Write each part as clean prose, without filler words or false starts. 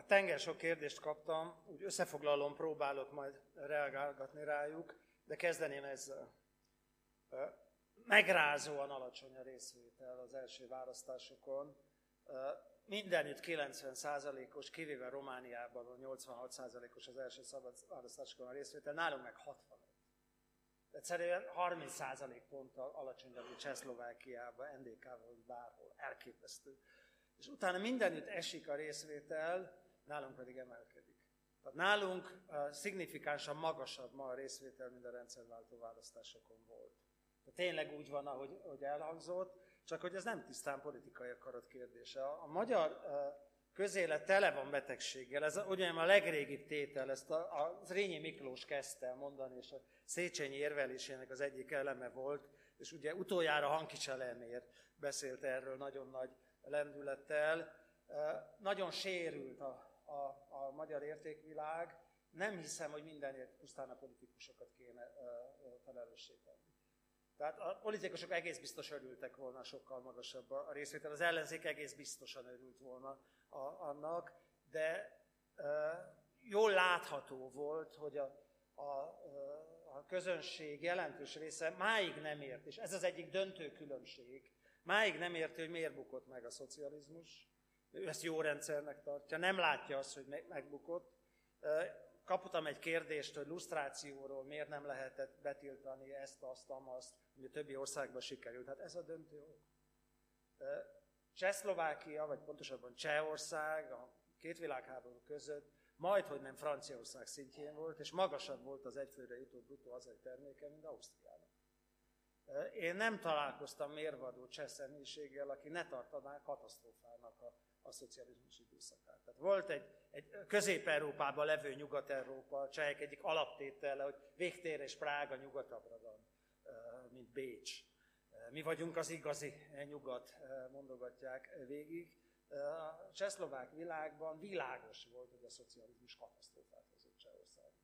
tenger sok kérdést kaptam, úgy összefoglalom, próbálok majd reagálgatni rájuk, de kezdeném ezzel. Megrázóan alacsony a részvétel az első választásokon. Mindenütt 90%-os, kivéve Romániában a 86%-os az első szabad választásokon a részvétel, nálunk meg 65. Egyszerűen 30% ponttal alacsonyabb, mint Csehszlovákiában, NDK-val, vagy bárhol. Elképesztő. És utána mindenütt esik a részvétel, nálunk pedig emelkedik. Tehát nálunk szignifikánsan magasabb ma a részvétel, mint a rendszerváltó választásokon volt. Tehát tényleg úgy van, ahogy elhangzott, csak hogy ez nem tisztán politikai akarat kérdése. A magyar közélet tele van betegséggel, ez ugyanis a legrégibb tétel, ezt a Zrínyi Miklós kezdte mondani, és a Széchenyi érvelésének az egyik eleme volt, és ugye utoljára Hankicsa Lemér beszélt erről nagyon nagy lendülettel. Nagyon sérült a magyar értékvilág, nem hiszem, hogy mindenért pusztán a politikusokat kéne felelőssé tenni. Tehát a politikusok egész biztos örültek volna sokkal magasabb a részvétel, az ellenzék egész biztosan örült volna annak, de jól látható volt, hogy a közönség jelentős része máig nem ért, és ez az egyik döntő különbség, máig nem érti, hogy miért bukott meg a szocializmus, ő ezt jó rendszernek tartja, nem látja azt, hogy megbukott. Kaptam egy kérdést, hogy lusztrációról miért nem lehetett betiltani ezt, azt, ami a többi országban sikerült. Hát ez a döntő ok. Csehszlovákia, vagy pontosabban Csehország a két világháború között majdhogy nem Franciaország szintjén volt, és magasabb volt az egyfőre jutott bruttó hazai terméke, mint Ausztriának. Én nem találkoztam mérvadó cseh személyiséggel, aki ne tartaná katasztrófának a szocializmus időszakát. Tehát volt egy Közép-Európában levő Nyugat-Európa, a csehek egyik alaptétele, hogy végtére és Prága nyugatabbra van, mint Bécs. Mi vagyunk az igazi nyugat, mondogatják végig. A csehszlovák világban világos volt, hogy a szocializmus katasztrófát hozott Csehországban.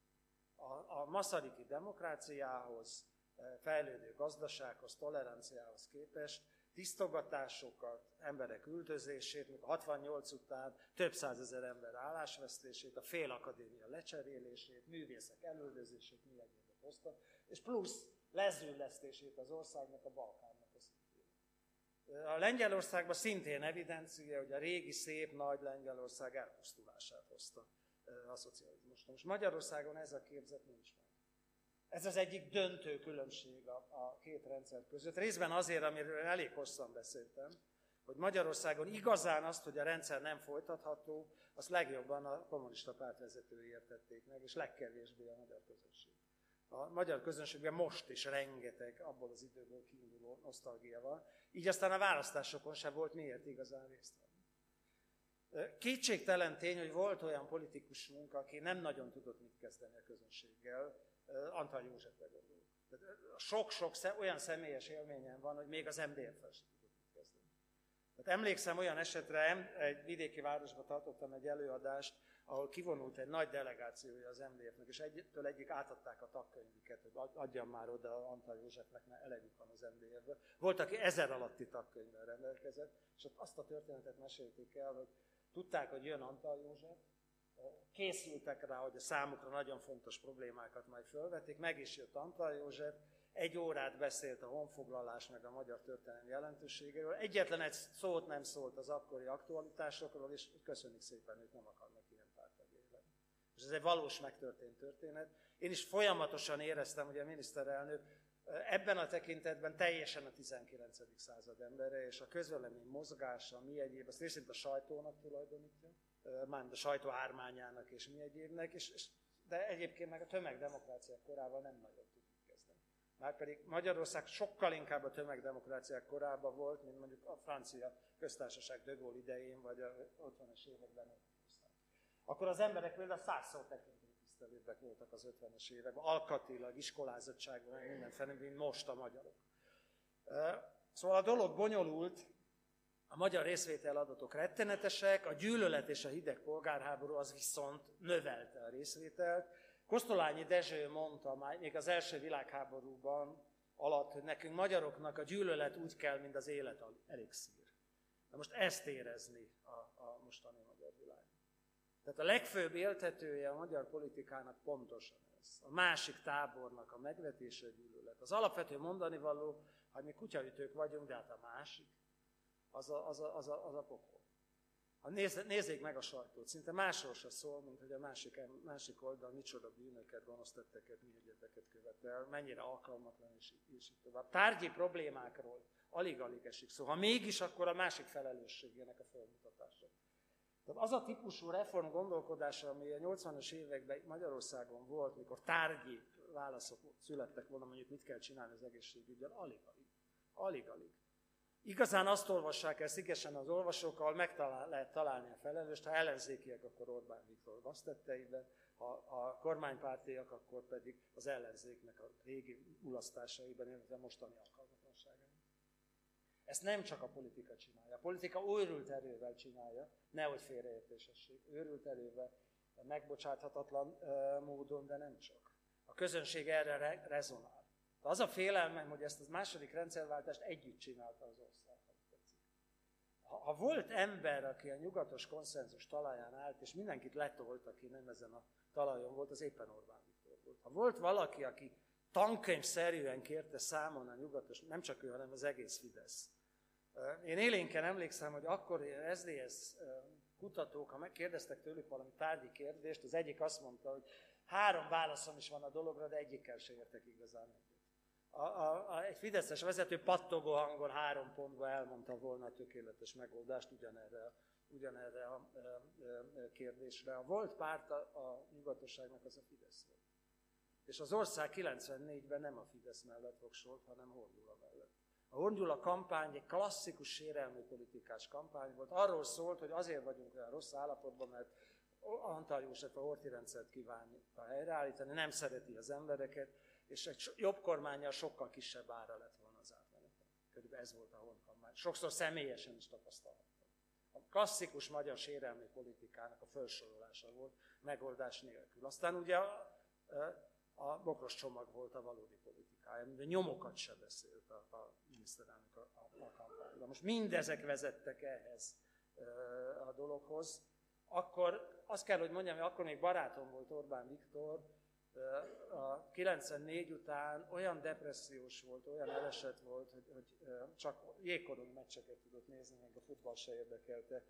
A masaryki demokráciához, fejlődő gazdasághoz, toleranciához képest tisztogatásokat, emberek üldözését, még a 68 után több százezer ember állásvesztését, a fél akadémia lecserélését, művészek elüldözését, mi egyébként hozta, és plusz lezüllesztését az országnak, a Balkánnak a szintén. A Lengyelországban szintén evidencia, hogy a régi szép nagy Lengyelország elpusztulását hozta a szocializmus. Most Magyarországon ez a képzet nincs meg. Ez az egyik döntő különbség a két rendszer között. Részben azért, amiről elég hosszan beszéltem, hogy Magyarországon igazán azt, hogy a rendszer nem folytatható, azt legjobban a kommunista pártvezetői értették meg, és legkevésbé a magyar közönség. A magyar közönségben most is rengeteg abból az időből kiinduló nosztalgia van, így aztán a választásokon sem volt miért igazán részt venni. Kétségtelen tény, hogy volt olyan politikusunk, aki nem nagyon tudott mit kezdeni a közönséggel, Antall Józsefre gondolok. Sok-sok olyan személyes élményem van, hogy még az MDF-fel sem tudott mit kezdeni. Tehát emlékszem olyan esetre, egy vidéki városban tartottam egy előadást, ahol kivonult egy nagy delegációja az MDF-nek, és egyik átadták a tagkönyvüket, hogy adjam már oda Antall Józsefnek, mert elegük van az MDF-ből. Volt, aki 1000 alatti tagkönyvvel rendelkezett, és ott azt a történetet mesélték el, hogy tudták, hogy jön Antall József, készültek rá, hogy a számukra nagyon fontos problémákat majd fölvetik, meg is jött Antall József, 1 órát beszélt a honfoglalás meg a magyar történelem jelentőségéről, egyetlen egy szót nem szólt az akkori aktualitásokról, és köszönjük szépen, ők nem akarnak ilyen párttagjai lenni. És ez egy valós megtörtént történet. Én is folyamatosan éreztem, hogy a miniszterelnök ebben a tekintetben teljesen a 19. század embere, és a közvélemény mozgása, mi egyéb, azt részint a sajtónak tulajdonítja, mármint a sajtó ármányának és mi egyébnek, de egyébként meg a tömegdemokráciák korával nem nagyon tudjuk kezdeni. Márpedig Magyarország sokkal inkább a tömegdemokráciák korában volt, mint mondjuk a francia köztársaság de Gaulle idején, vagy a 50-es években. Akkor az emberek például 100-szor tekintőtisztelőbbek voltak az 50-es években, alkatilag, iskolázottságban, mindenféle, mint most a magyarok. Szóval a dolog bonyolult, a magyar részvételadatok rettenetesek, a gyűlölet és a hideg polgárháború az viszont növelte a részvételt. Kosztolányi Dezső mondta már még az első világháborúban alatt, hogy nekünk magyaroknak a gyűlölet úgy kell, mint az élet elixír. De most ezt érezni a mostani magyar világ. Tehát a legfőbb éltetője a magyar politikának pontosan ez. A másik tábornak a megvetése, gyűlölet. Az alapvető mondanivaló, hogy mi kutyaütők vagyunk, de hát a másik, az a pokol. Nézzék meg a sajtót, szinte másról se szól, mint hogy a másik oldal micsoda bűnöket, gonosztetteket, mi egyebeket követel, mennyire alkalmatlan, és így tovább. Tárgyi problémákról alig-alig esik szó. Ha mégis, akkor a másik felelősségének a felmutatása. Tehát az a típusú reform gondolkodása, ami a 80-as években Magyarországon volt, mikor tárgyi válaszok születtek volna, mondjuk mit kell csinálni az egészségügyel, alig-alig. Igazán azt olvassák el szigesen az olvasók, ahol lehet találni a felelőst, ha ellenzékiek, akkor Orbán Viktor gaztetteiben, ha a kormánypártiak, akkor pedig az ellenzéknek a régi mulasztásaiban, illetve mostani alkalmatlanságában. Ezt nem csak a politika csinálja. A politika őrült erővel csinálja, nehogy félreértésesség, őrült erővel, megbocsáthatatlan módon, de nem csak. A közönség erre rezonál. De az a félelmem, hogy ezt a második rendszerváltást együtt csinálta az ország. Ha volt ember, aki a nyugatos konszenzus talaján állt, és mindenkit letolt, aki nem ezen a talajon volt, az éppen Orbán Viktor volt. Ha volt valaki, aki tankönyvszerűen kérte számon a nyugatos, nem csak ő, hanem az egész Fidesz. Én élénken emlékszem, hogy akkor SZDSZ kutatók, ha megkérdeztek tőlük valami tárgyi kérdést, az egyik azt mondta, hogy 3 válaszom is van a dologra, de egyikkel se értek igazán egyet. Egy fideszes vezető pattogó hangon 3 pontban elmondta volna a tökéletes megoldást ugyanerre a kérdésre. A volt párt a nyugatosságnak az a Fidesz volt. És az ország 94-ben nem a Fidesz mellett voksolt, hanem Horn Gyula mellett. A Horn Gyula kampány egy klasszikus sérelmű politikás kampány volt. Arról szólt, hogy azért vagyunk olyan rossz állapotban, mert Antal József a Horthy rendszert kívánja helyreállítani, nem szereti az embereket, és egy jobb kormánnyal sokkal kisebb ára lett volna az átmeneten. Körülbelül ez volt a Horn kampány. Sokszor személyesen is tapasztalhattam. A klasszikus magyar sérelmű politikának a felsorolása volt, megoldás nélkül. Aztán ugye a bokros csomag volt a valódi politikája, amiben nyomokat se beszélt a miniszterelnök a kampányban. Most mindezek vezettek ehhez a dologhoz. Akkor azt kell, hogy mondjam, hogy akkor még barátom volt Orbán Viktor, a 94 után olyan depressziós volt, olyan elesett volt, hogy csak jégkorong meccseket tudott nézni, meg a futball se érdekelte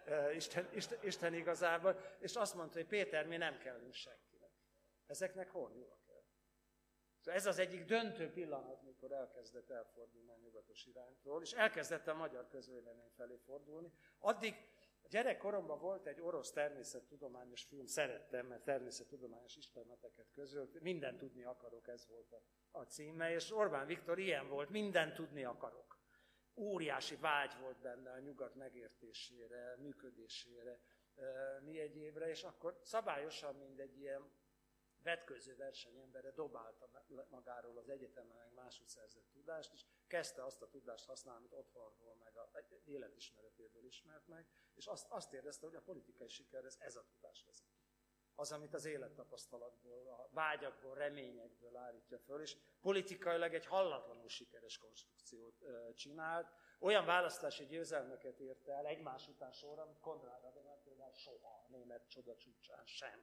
Isten igazából, és azt mondta, hogy Péter, mi nem kellünk senkinek. Ezeknek Horn Gyula kell. Szóval ez az egyik döntő pillanat, mikor elkezdett elfordulni a nyugatos iránytól, és elkezdett a magyar közvélemény felé fordulni. Addig gyerekkoromban volt egy orosz természettudományos film, szerettem, mert természettudományos ismereteket közölt, mindent tudni akarok, ez volt a címe, és Orbán Viktor ilyen volt, mindent tudni akarok. Óriási vágy volt benne a nyugat megértésére, működésére, mi egyébre, és akkor szabályosan, mint egy ilyen vetkőző versenyembere dobálta magáról az egyetemen meg máshogy szerzett tudást, és kezdte azt a tudást használni, amit otthonról, meg a életismeretéből ismert meg, és azt érezte, hogy a politikai sikerhez ez a tudás vezet. Az, amit az élettapasztalatból, a vágyakból, reményekből állítja föl, és politikailag egy hallatlanul sikeres konstrukciót csinált. Olyan választási győzelmeket ért el egymás után sorra, amit Konrád Adenauer például soha a német csoda csúcsán sem.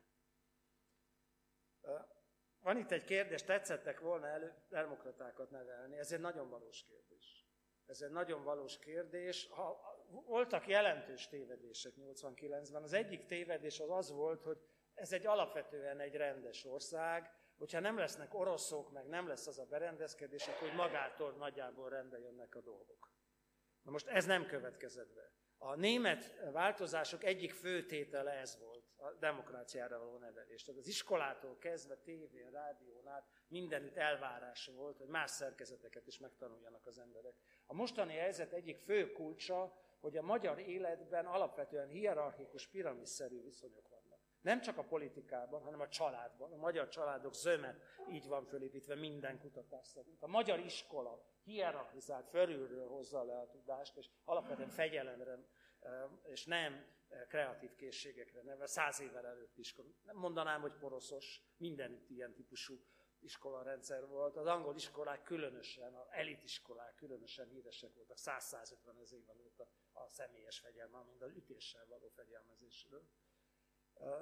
Van itt egy kérdés, tetszettek volna demokratákat nevelni, ez egy nagyon valós kérdés. Ez egy nagyon valós kérdés. Voltak jelentős tévedések 89-ben. Az egyik tévedés az volt, hogy ez egy alapvetően egy rendes ország, hogyha nem lesznek oroszok, meg nem lesz az a berendezkedés, akkor magától nagyjából rendbe jönnek a dolgok. Na most ez nem következett be. A német változások egyik fő tétele ez volt, a demokráciára való nevelés. Tehát az iskolától kezdve, tévén, rádión át mindenütt elvárás volt, hogy más szerkezeteket is megtanuljanak az emberek. A mostani helyzet egyik fő kulcsa, hogy a magyar életben alapvetően hierarchikus, piramisszerű viszonyok vannak. Nem csak a politikában, hanem a családban. A magyar családok zöme így van fölépítve minden kutatás szerint. A magyar iskola hierarchizált, fölülről hozza le a tudást, és alapvetően fegyelemre és nem kreatív készségekre nevel, 100 évvel előtt is. Nem mondanám, hogy poroszos, mindenütt ilyen típusú iskolarendszer volt. Az angol iskolák különösen, az elitiskolák különösen híresek voltak 100-150 évvel előtt a személyes fegyelme, mint az ütéssel való fegyelmezésről.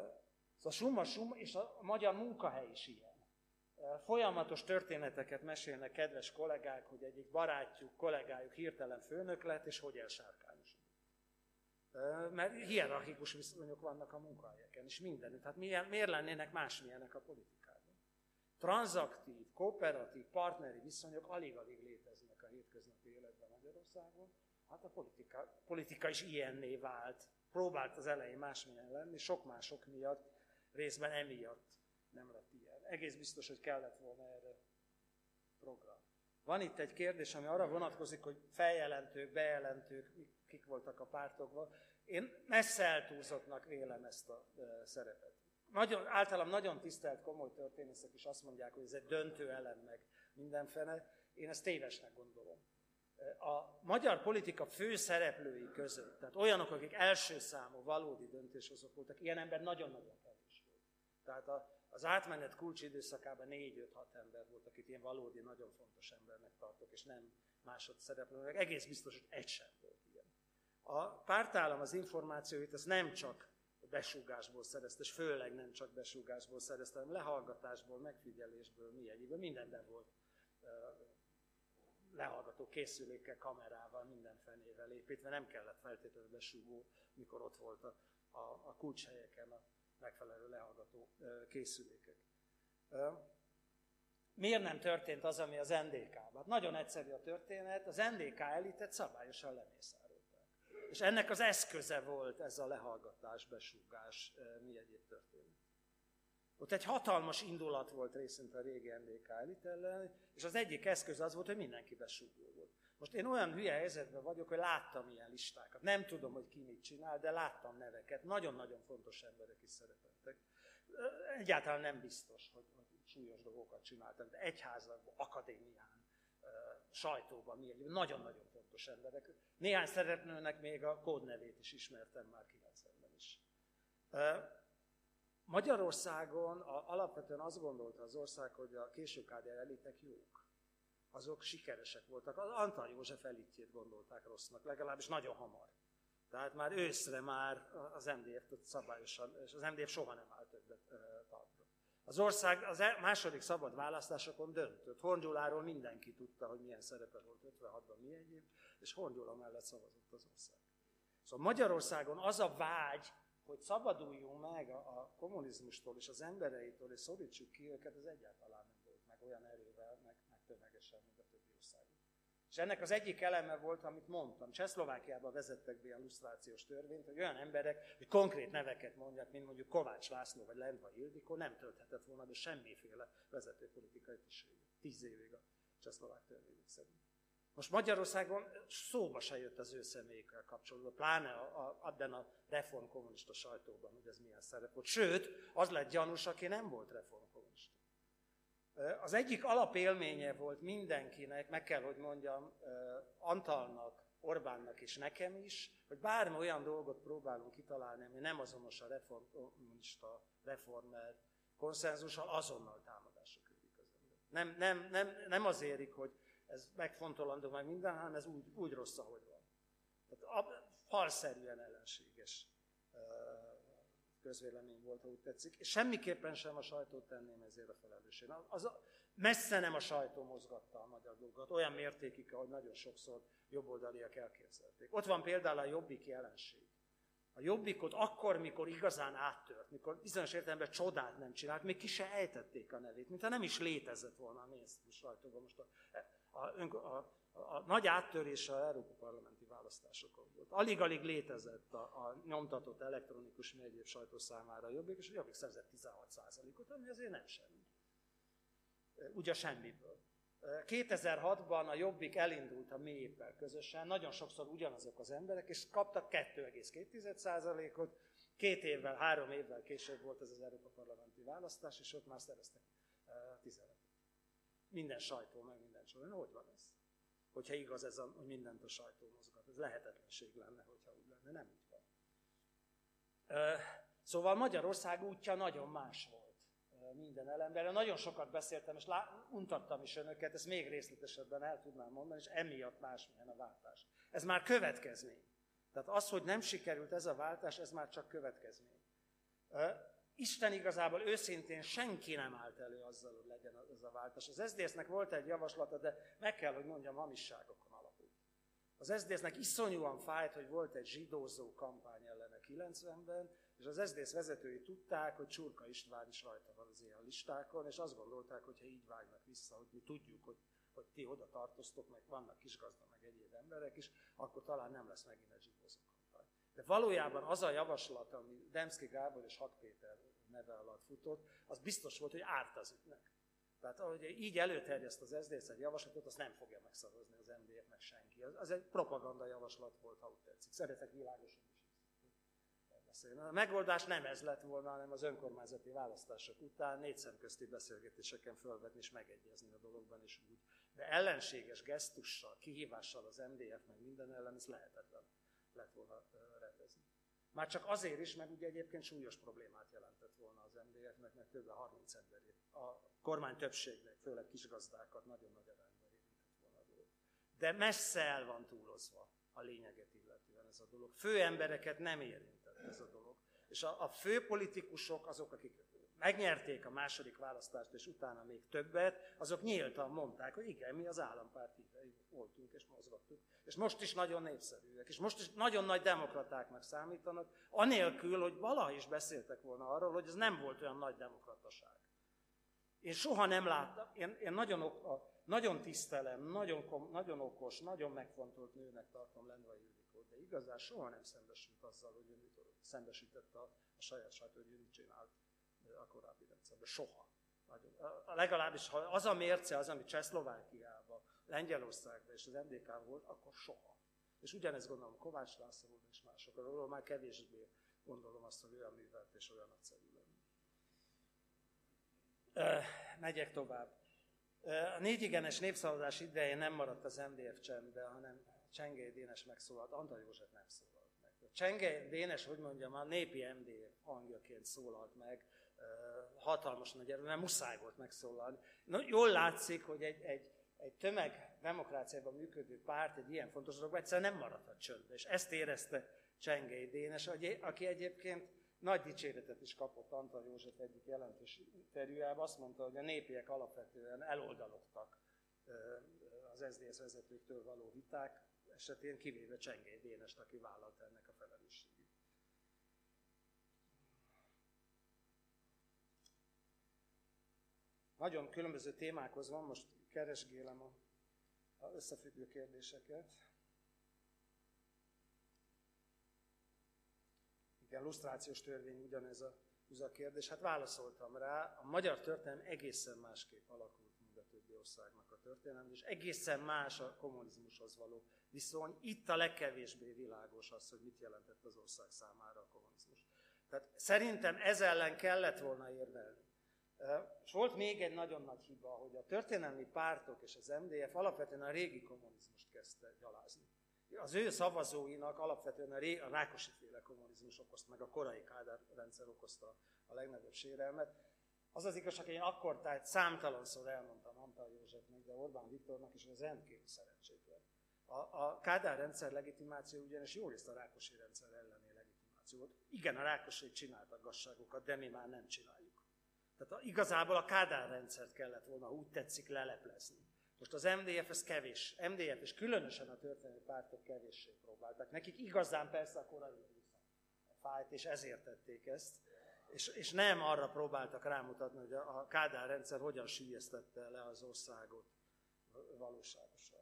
Szóval summa, és a magyar munkahely is ilyen. Folyamatos történeteket mesélnek kedves kollégák, hogy egyik barátjuk, kollégájuk hirtelen főnök lett, és hogy elsárkányosodik. Mert hierarchikus viszonyok vannak a munkahelyeken, és mindenütt. Hát miért lennének másmilyenek a politikában? Tranzaktív, kooperatív, partneri viszonyok alig-alig léteznek a hétköznapi életben Magyarországon. Hát a politika is ilyenné vált. Próbált az elején másmilyen lenni, sok mások miatt, részben emiatt nem lett ilyen. Egész biztos, hogy kellett volna erre program. Van itt egy kérdés, ami arra vonatkozik, hogy feljelentők, bejelentők, kik voltak a pártokban. Én messze eltúlzottnak vélem ezt a szerepet. Általam nagyon tisztelt komoly történészek is azt mondják, hogy ez egy döntő elem meg mindenfene. Én ezt tévesnek gondolom. A magyar politika fő szereplői között, tehát olyanok, akik első számú valódi döntéshozók voltak, ilyen ember nagyon-nagyon kevés volt. Tehát az átmenet kulcsidőszakában 4-5-6 ember volt, akit ilyen valódi, nagyon fontos embernek tartok, és nem másodszereplőnek. Egész biztos, hogy egy sem volt ilyen. A pártállam az információit, ez nem csak besúgásból szerezte, és főleg nem csak besúgásból szerezte, hanem lehallgatásból, megfigyelésből, mindenben volt lehallgató készülékkel, kamerával, minden fenével építve, nem kellett feltétlenül besúgó, mikor ott volt a kulcshelyeken a megfelelő lehallgató készülékek. Miért nem történt az, ami az NDK-ban? Nagyon egyszerű a történet, az NDK elitet szabályosan lemészárolták. És ennek az eszköze volt ez a lehallgatás, besúgás, mi egyéb történet. Ott egy hatalmas indulat volt részint a régi NDK elit ellen, és az egyik eszköz az volt, hogy mindenki besúgó volt. Most én olyan hülye helyzetben vagyok, hogy láttam ilyen listákat. Nem tudom, hogy ki mit csinál, de láttam neveket. Nagyon-nagyon fontos emberek is szerepeltek. Egyáltalán nem biztos, hogy súlyos dolgokat csináltak, de egyházakban, akadémián, sajtóban, nagyon-nagyon fontos emberek. Néhány szereplőnek még a kódnevét is ismertem már 90-ben is. Magyarországon alapvetően azt gondolta az ország, hogy a késő Kádár elitek jók. Azok sikeresek voltak. Az Antal József elitjét gondolták rossznak, legalábbis nagyon hamar. Tehát már őszre már az MDF-t szabályosan, és az MDF soha nem állt többet talpra. Az ország az második szabad választásokon döntött. Horn Gyuláról mindenki tudta, hogy milyen szerepe volt 56-ban, mi egyéb, és Horn Gyula mellett szavazott az ország. Szóval Magyarországon az a vágy, hogy szabaduljunk meg a kommunizmustól és az embereitől, és szorítsuk ki őket, az egyáltalán nem volt meg olyan erővel, meg tömegesen, mint a többi országban. És ennek az egyik eleme volt, amit mondtam. Csehszlovákiában vezettek be a lusztrációs törvényt, hogy olyan emberek, hogy konkrét neveket mondják, mint mondjuk Kovács László vagy Lendvai Ildikó, nem tölthetett volna be semmiféle vezetőpolitikai tisztséget. 10 évig a csehszlovák törvények szerint. Most Magyarországon szóba se jött az ő személyükkel kapcsolatban, pláne abban a reformkommunista sajtóban, hogy ez milyen szerep volt. Sőt, az lett gyanús, aki nem volt reformkommunista. Az egyik alapélménye volt mindenkinek, meg kell, hogy mondjam, Antalnak, Orbánnak és nekem is, hogy bármi olyan dolgot próbálunk kitalálni, ami nem azonos a reformkommunista, reformer konszenzussal, azonnal támadásra küldik az ember. Nem az érik, hogy ez megfontolandó meg minden, hanem ez úgy rossz, ahogy van. Tehát falszerűen ellenséges közvélemény volt, ha úgy tetszik, és semmiképpen sem a sajtót tenném ezért a felelősségét. Messze nem a sajtó mozgatta a magyar dolgot, olyan mértékig, ahogy nagyon sokszor jobboldaliak elképzelték. Ott van például a Jobbik jelenség. A Jobbikot akkor, mikor igazán áttört, mikor bizonyos értelemben csodát nem csinált, még ki se ejtették a nevét, mintha nem is létezett volna a mainstream sajtóban. Most a nagy áttörés a Európa parlamenti választásokon volt. Alig-alig létezett a nyomtatott elektronikus mi egyéb sajtó számára a Jobbik, és a Jobbik szerzett 16%-ot, ami azért nem semmi. Ugye semmiből. 2006-ban a Jobbik elindult a MÉP-el közösen, nagyon sokszor ugyanazok az emberek, és kaptak 2,2%-ot, 2 évvel, 3 évvel később volt ez az Európa parlamenti választás, és ott már szereztek 15. Minden sajtó, meg minden sajtó. Hogy van ez? Hogyha igaz ez, hogy mindent a sajtó mozgat. Ez lehetetlenség lenne, hogyha úgy lenne. Nem úgy van. Szóval Magyarország útja nagyon más volt minden elemben. Nagyon sokat beszéltem, és untattam is önöket, ezt még részletesebben el tudnám mondani, és emiatt másmilyen a váltás. Ez már következmény. Tehát az, hogy nem sikerült ez a váltás, ez már csak következmény. Isten igazából őszintén senki nem állt elő azzal, hogy legyen az a váltás. Az SZDSZ-nek volt egy javaslata, de meg kell, hogy mondjam, hamisságokon alapult. Az SZDSZ-nek iszonyúan fájt, hogy volt egy zsidózó kampány ellene 90-ben, és az SZDSZ vezetői tudták, hogy Csurka István is rajta van az ilyen listákon, és azt gondolták, hogy ha így vágnak vissza, hogy mi tudjuk, hogy ti oda tartoztok, meg vannak kisgazda, meg egyéb emberek is, akkor talán nem lesz megint egy zsidózó kampány. De valójában az a javaslat, ami Demszky Gábor és Hak Péter neve alatt futott, az biztos volt, hogy árt az ügynek. Tehát ahogy így előterjeszt az SZDSZ egy javaslatot, azt nem fogja megszavazni az MDF-nek senki. Az egy propaganda javaslat volt, ha úgy tetszik. Szeretek világosan is beszélni. A megoldás nem ez lett volna, hanem az önkormányzati választások után 4 szemközti beszélgetéseken fölvetni és megegyezni a dologban, és úgy. De ellenséges gesztussal, kihívással az MDF meg minden ellen, ez lehetetlen lett volna rendezni. Már csak azért is, mert ugye egyébként súlyos problémát jelentett volna az MDF-nek, mert kb. 30 emberét, a kormány többségnek, főleg kisgazdákat nagyon nagy arányban érintett volna a dolog. De messze el van túlozva a lényeget illetően ez a dolog. Főembereket nem érintett ez a dolog. És a főpolitikusok, azok, akik megnyerték a második választást, és utána még többet, azok nyíltan mondták, hogy igen, mi az állampárt hívei voltunk, és mozgattuk. És most is nagyon népszerűek, és most is nagyon nagy demokratáknak számítanak, anélkül, hogy valaha is beszéltek volna arról, hogy ez nem volt olyan nagy demokrataság. Én soha nem láttam, én nagyon tisztelem, nagyon okos, nagyon megfontolt nőnek tartom Lendvai Ildikót, de igazán soha nem szembesült azzal, hogy ő szembesített a saját sajtógyűrűt csinált a korábbi rendszerben. Soha. Legalábbis, ha az a mérce az, ami Csehszlovákiában, Lengyelországban és az MDK-ban volt, akkor soha. És ugyanezt gondolom Kovács Lászlóról és másokról, már kevésbé gondolom azt, hogy olyan művelt és olyan nagyszerű lenni. Megyek tovább. A 4 igenes népszavazás idején nem maradt az MDF csendben, hanem Csengely Dénes megszólalt, Antal József nem szólalt meg. Csengely Dénes, hogy mondjam, a népi MDF hangjaként szólalt meg, hatalmas nagy erő, mert muszáj volt megszólalni. Jól látszik, hogy egy tömegdemokráciában működő párt egy ilyen fontos dologban egyszerűen nem maradhat csöndbe. És ezt érezte Csengely Dénes, aki egyébként nagy dicséretet is kapott Antal József egyik jelentős interjújában. Azt mondta, hogy a népiek alapvetően eloldalogtak az SZDSZ vezetőktől való viták esetén, kivéve Csengely Dénest, aki vállalta ennek a felelősségét. Nagyon különböző témákhoz van, most keresgélem az összefüggő kérdéseket. Igen, lusztrációs törvény ugyanez a kérdés. Hát válaszoltam rá, a magyar történelem egészen másképp alakult, mint a többi országnak a történelem, és egészen más a kommunizmushoz való viszony. Itt a legkevésbé világos az, hogy mit jelentett az ország számára a kommunizmus. Tehát szerintem ez ellen kellett volna érvelni. És volt még egy nagyon nagy hiba, hogy a történelmi pártok és az MDF alapvetően a régi kommunizmust kezdte gyalázni. Az ő szavazóinak alapvetően a Rákosi-féle kommunizmus okozta, meg a korai Kádár rendszer okozta a legnagyobb sérelmet. Az az igazság, hogy én akkor tehát számtalanszor elmondtam Antal Józsefnek, de Orbán Viktornak is, hogy ez rendkívül szerencsétlen. A Kádár rendszer legitimáció ugyanis jó részt a Rákosi rendszer elleni legitimáció volt. Igen, a Rákosék csináltak gazságokat, de mi már nem csináljuk. Tehát igazából a Kádár rendszert kellett volna, úgy tetszik, leleplezni. Most az MDF ez kevés. MDF és különösen a történelmi pártok kevéssé próbáltak. Nekik igazán persze a korai időszak fájt, és ezért tették ezt. És nem arra próbáltak rámutatni, hogy a Kádár rendszer hogyan süllyesztette le az országot valóságosan.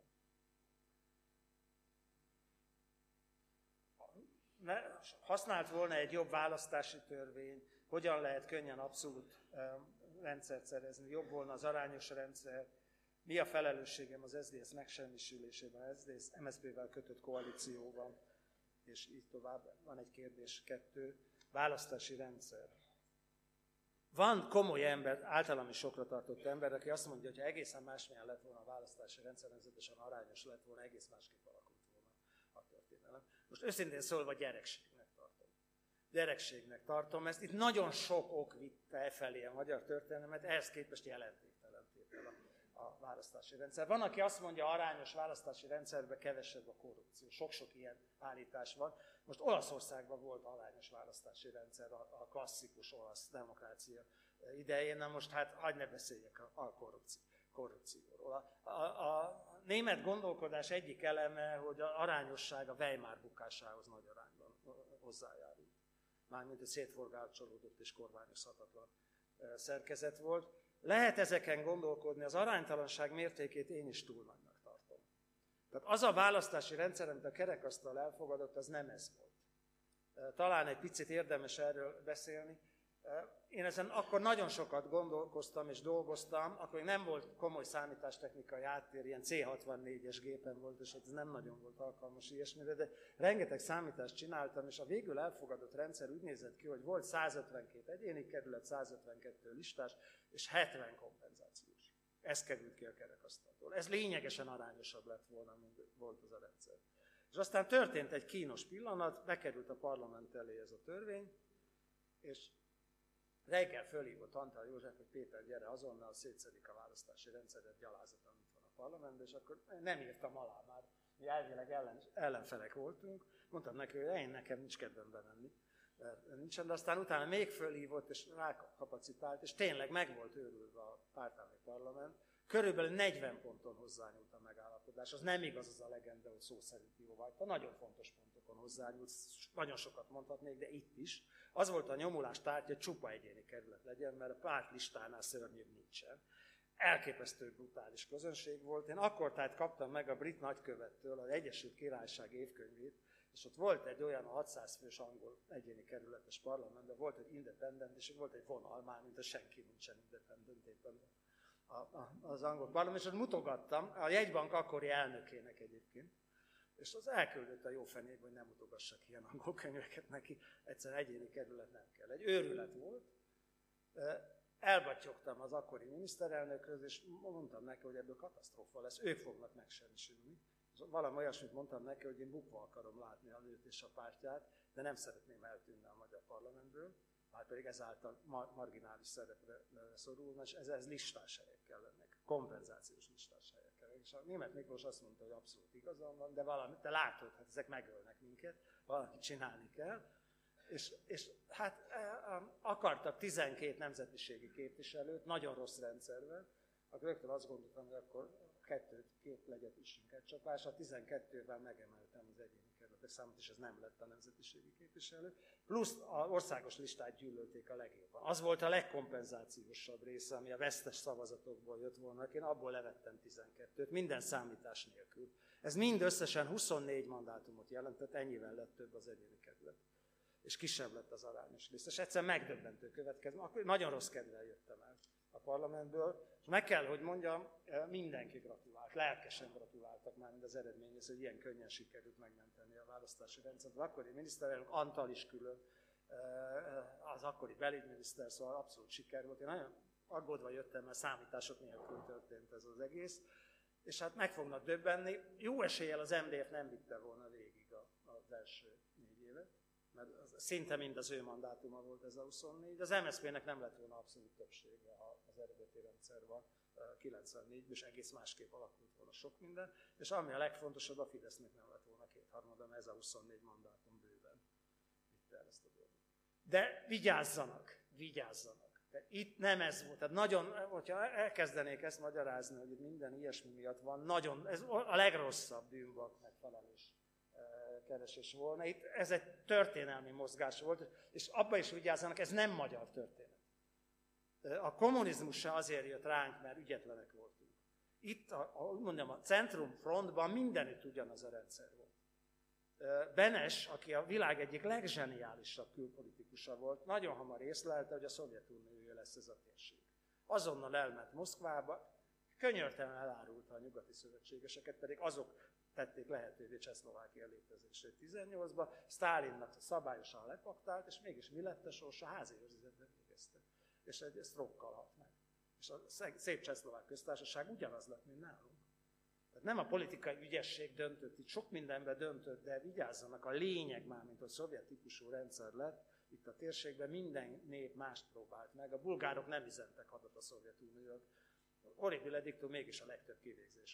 Használt volna egy jobb választási törvény, hogyan lehet könnyen abszolút rendszert szerezni, jobb volna az arányos rendszer, mi a felelősségem az SZDSZ megsemmisülésében, az SZDSZ MSZP-vel kötött koalícióban, és így tovább. Van egy kérdés, 2, választási rendszer. Van komoly ember, általam is sokra tartott ember, aki azt mondja, hogy ha egészen másmilyen lett volna a választási rendszer, nemzetesen arányos lett volna, egész másképp alakult volna a történelem. Most őszintén szólva gyerekségnek tartom ezt. Itt nagyon sok ok vitte felé a magyar történelmet, ehhez képest jelentéktelen tétel a választási rendszer. Van, aki azt mondja, arányos választási rendszerben kevesebb a korrupció. Sok-sok ilyen állítás van. Most Olaszországban volt arányos választási rendszer a klasszikus olasz demokrácia idején, na most hát hagyd ne beszéljek a korrupcióról. A német gondolkodás egyik eleme, hogy az arányosság a Weimar bukásához nagy arányban hozzájárult. Mármint egy szétforgácsolódott és kormányozhatatlan szerkezet volt. Lehet ezeken gondolkodni, az aránytalanság mértékét én is túl nagynak tartom. Tehát az a választási rendszer, amit a kerekasztal elfogadott, az nem ez volt. Talán egy picit érdemes erről beszélni. Én ezen akkor nagyon sokat gondolkoztam és dolgoztam, akkor nem volt komoly számítástechnikai háttér, ilyen C64-es gépen volt, és ez nem nagyon volt alkalmas ilyesmire, de rengeteg számítást csináltam, és a végül elfogadott rendszer úgy nézett ki, hogy volt 152 egyéni kerület, 152 listás, és 70 kompenzációs. Ez került ki a kerekasztaltól. Ez lényegesen arányosabb lett volna, mint volt az a rendszer. És aztán történt egy kínos pillanat, bekerült a parlament elé ez a törvény, és reggel fölhívott Antal József, hogy Péter, gyere azonnal, szétszedik a választási rendszeret, gyalázat, amit van a parlamentben, és akkor nem írtam alá már. Mi elvileg ellenfelek voltunk. Mondtam neki, hogy én nekem nincs kedvem bemenni. Nincsen, de aztán utána még fölhívott, és rákapacitált, és tényleg meg volt őrülve a pártállami parlament. Körülbelül 40 ponton hozzányúlt a megállapodás. Az nem igaz az a legenda, hogy szó szerint jóváhagyta. Nagyon fontos pontokon hozzányúlt, nagyon sokat mondhatnék, de itt is. Az volt a nyomulás tárgya, hogy csupa egyéni kerület legyen, mert a pártlistánál szörnyűbb nincsen. Elképesztő brutális közönség volt. Én akkor tehát kaptam meg a brit nagykövettől az Egyesült Királyság évkönyvét, és ott volt egy olyan 600 fős angol egyéni kerületes parlamentben, volt egy independent, és volt egy vonal, már mint a senki nincsen independent éppen az angol parlament, és ott mutogattam, a jegybank akkori elnökének egyébként, és az elküldött a jó fenébe, hogy nem mutogassak ilyen angol könyveket neki, egyszerűen egyéni kerület nem kell. Egy őrület volt. Elbattyogtam az akkori miniszterelnökhöz, és mondtam neki, hogy ebből katasztrófa lesz, ők fognak megsemmisülni. Valami olyasmit mondtam neki, hogy én bukva akarom látni a nőt és a pártját, de nem szeretném eltűnni a magyar parlamentből, már pedig ezáltal marginális szerepre szorulna, és ez listás helyek kellenek, kompenzációs listás helyek kellenek. És a Németh Miklós azt mondta, hogy abszolút igazam van, de te látod, hát ezek megölnek minket, valamit csinálni kell. És hát akartak 12 nemzetiségi képviselőt, nagyon rossz rendszerben, akkor rögtön azt gondoltam, hogy akkor két legyet üssünk egy csapásra, 12-vel megemeltem az egyéni kerületek számot, és ez nem lett a nemzetiségi képviselő. Plusz az országos listát gyűlölték a legjobban. Az volt a legkompenzációsabb része, ami a vesztes szavazatokból jött volna. Én abból levettem 12-t, minden számítás nélkül. Ez mind összesen 24 mandátumot jelentett, ennyivel lett több az egyéni kerület. És kisebb lett az arányos liszt. És egyszer megdöbbentő következmény. Akkor nagyon rossz kedvel jöttem el a parlamentből, és meg kell, hogy mondjam, mindenki gratulált, lelkesen gratuláltak már mind az eredményhez, hogy ilyen könnyen sikerült megmenteni a választási rendszert. Az akkori miniszterelnök, Antal is külön, az akkori belügyminiszter, szóval abszolút siker volt. Én nagyon aggódva jöttem, mert számítások nélkül történt ez az egész, és hát meg fognak döbbenni. Jó eséllyel az MDF nem vitte volna végig az első 4 évet, mert szinte mind az ő mandátuma volt ez a 24. Az MSZP-nek nem lett volna abszolút többsége az eredeti rendszerben 94-ben, és egész másképp alakult volna sok minden, és ami a legfontosabb, a Fidesznek nem lett volna 2/3, mert ez a 24 mandátum bőven vitte el ezt a dolgot. De vigyázzanak. De itt nem ez volt. Tehát nagyon, hogyha elkezdenék ezt magyarázni, hogy itt minden ilyesmi miatt van, nagyon, ez a legrosszabb bűnbak megfelelés keresés volna. Itt ez egy történelmi mozgás volt, és abban is vigyázzanak, ez nem magyar történet. A kommunizmus se azért jött ránk, mert ügyetlenek voltunk. Itt, a centrumfrontban mindenütt ugyanaz a rendszer volt. Benes, aki a világ egyik legzseniálisabb külpolitikusa volt, nagyon hamar észlelte, hogy a Szovjetuniója lesz ez a térség. Azonnal elment Moszkvába, könyörtelen elárulta a nyugati szövetségeseket, pedig azok tették lehetővé Csehszlovákia létezését 18-ban, Sztálinnak szabályosan lepaktált, és mégis mi lett a sorsa? Házi őrizetben végezte. És egy sztrokkal halt meg. És a szép Csehszlovák köztársaság ugyanaz lett, mint nálunk. Tehát nem a politikai ügyesség döntött, itt sok mindenben döntött, de vigyázzanak, a lényeg már, mint a szovjet típusú rendszer lett, itt a térségben minden nép mást próbált meg. A bulgárok nem üzentek hadat a Szovjetuniónak, Horribile dictu mégis a legtöbb kivégzés.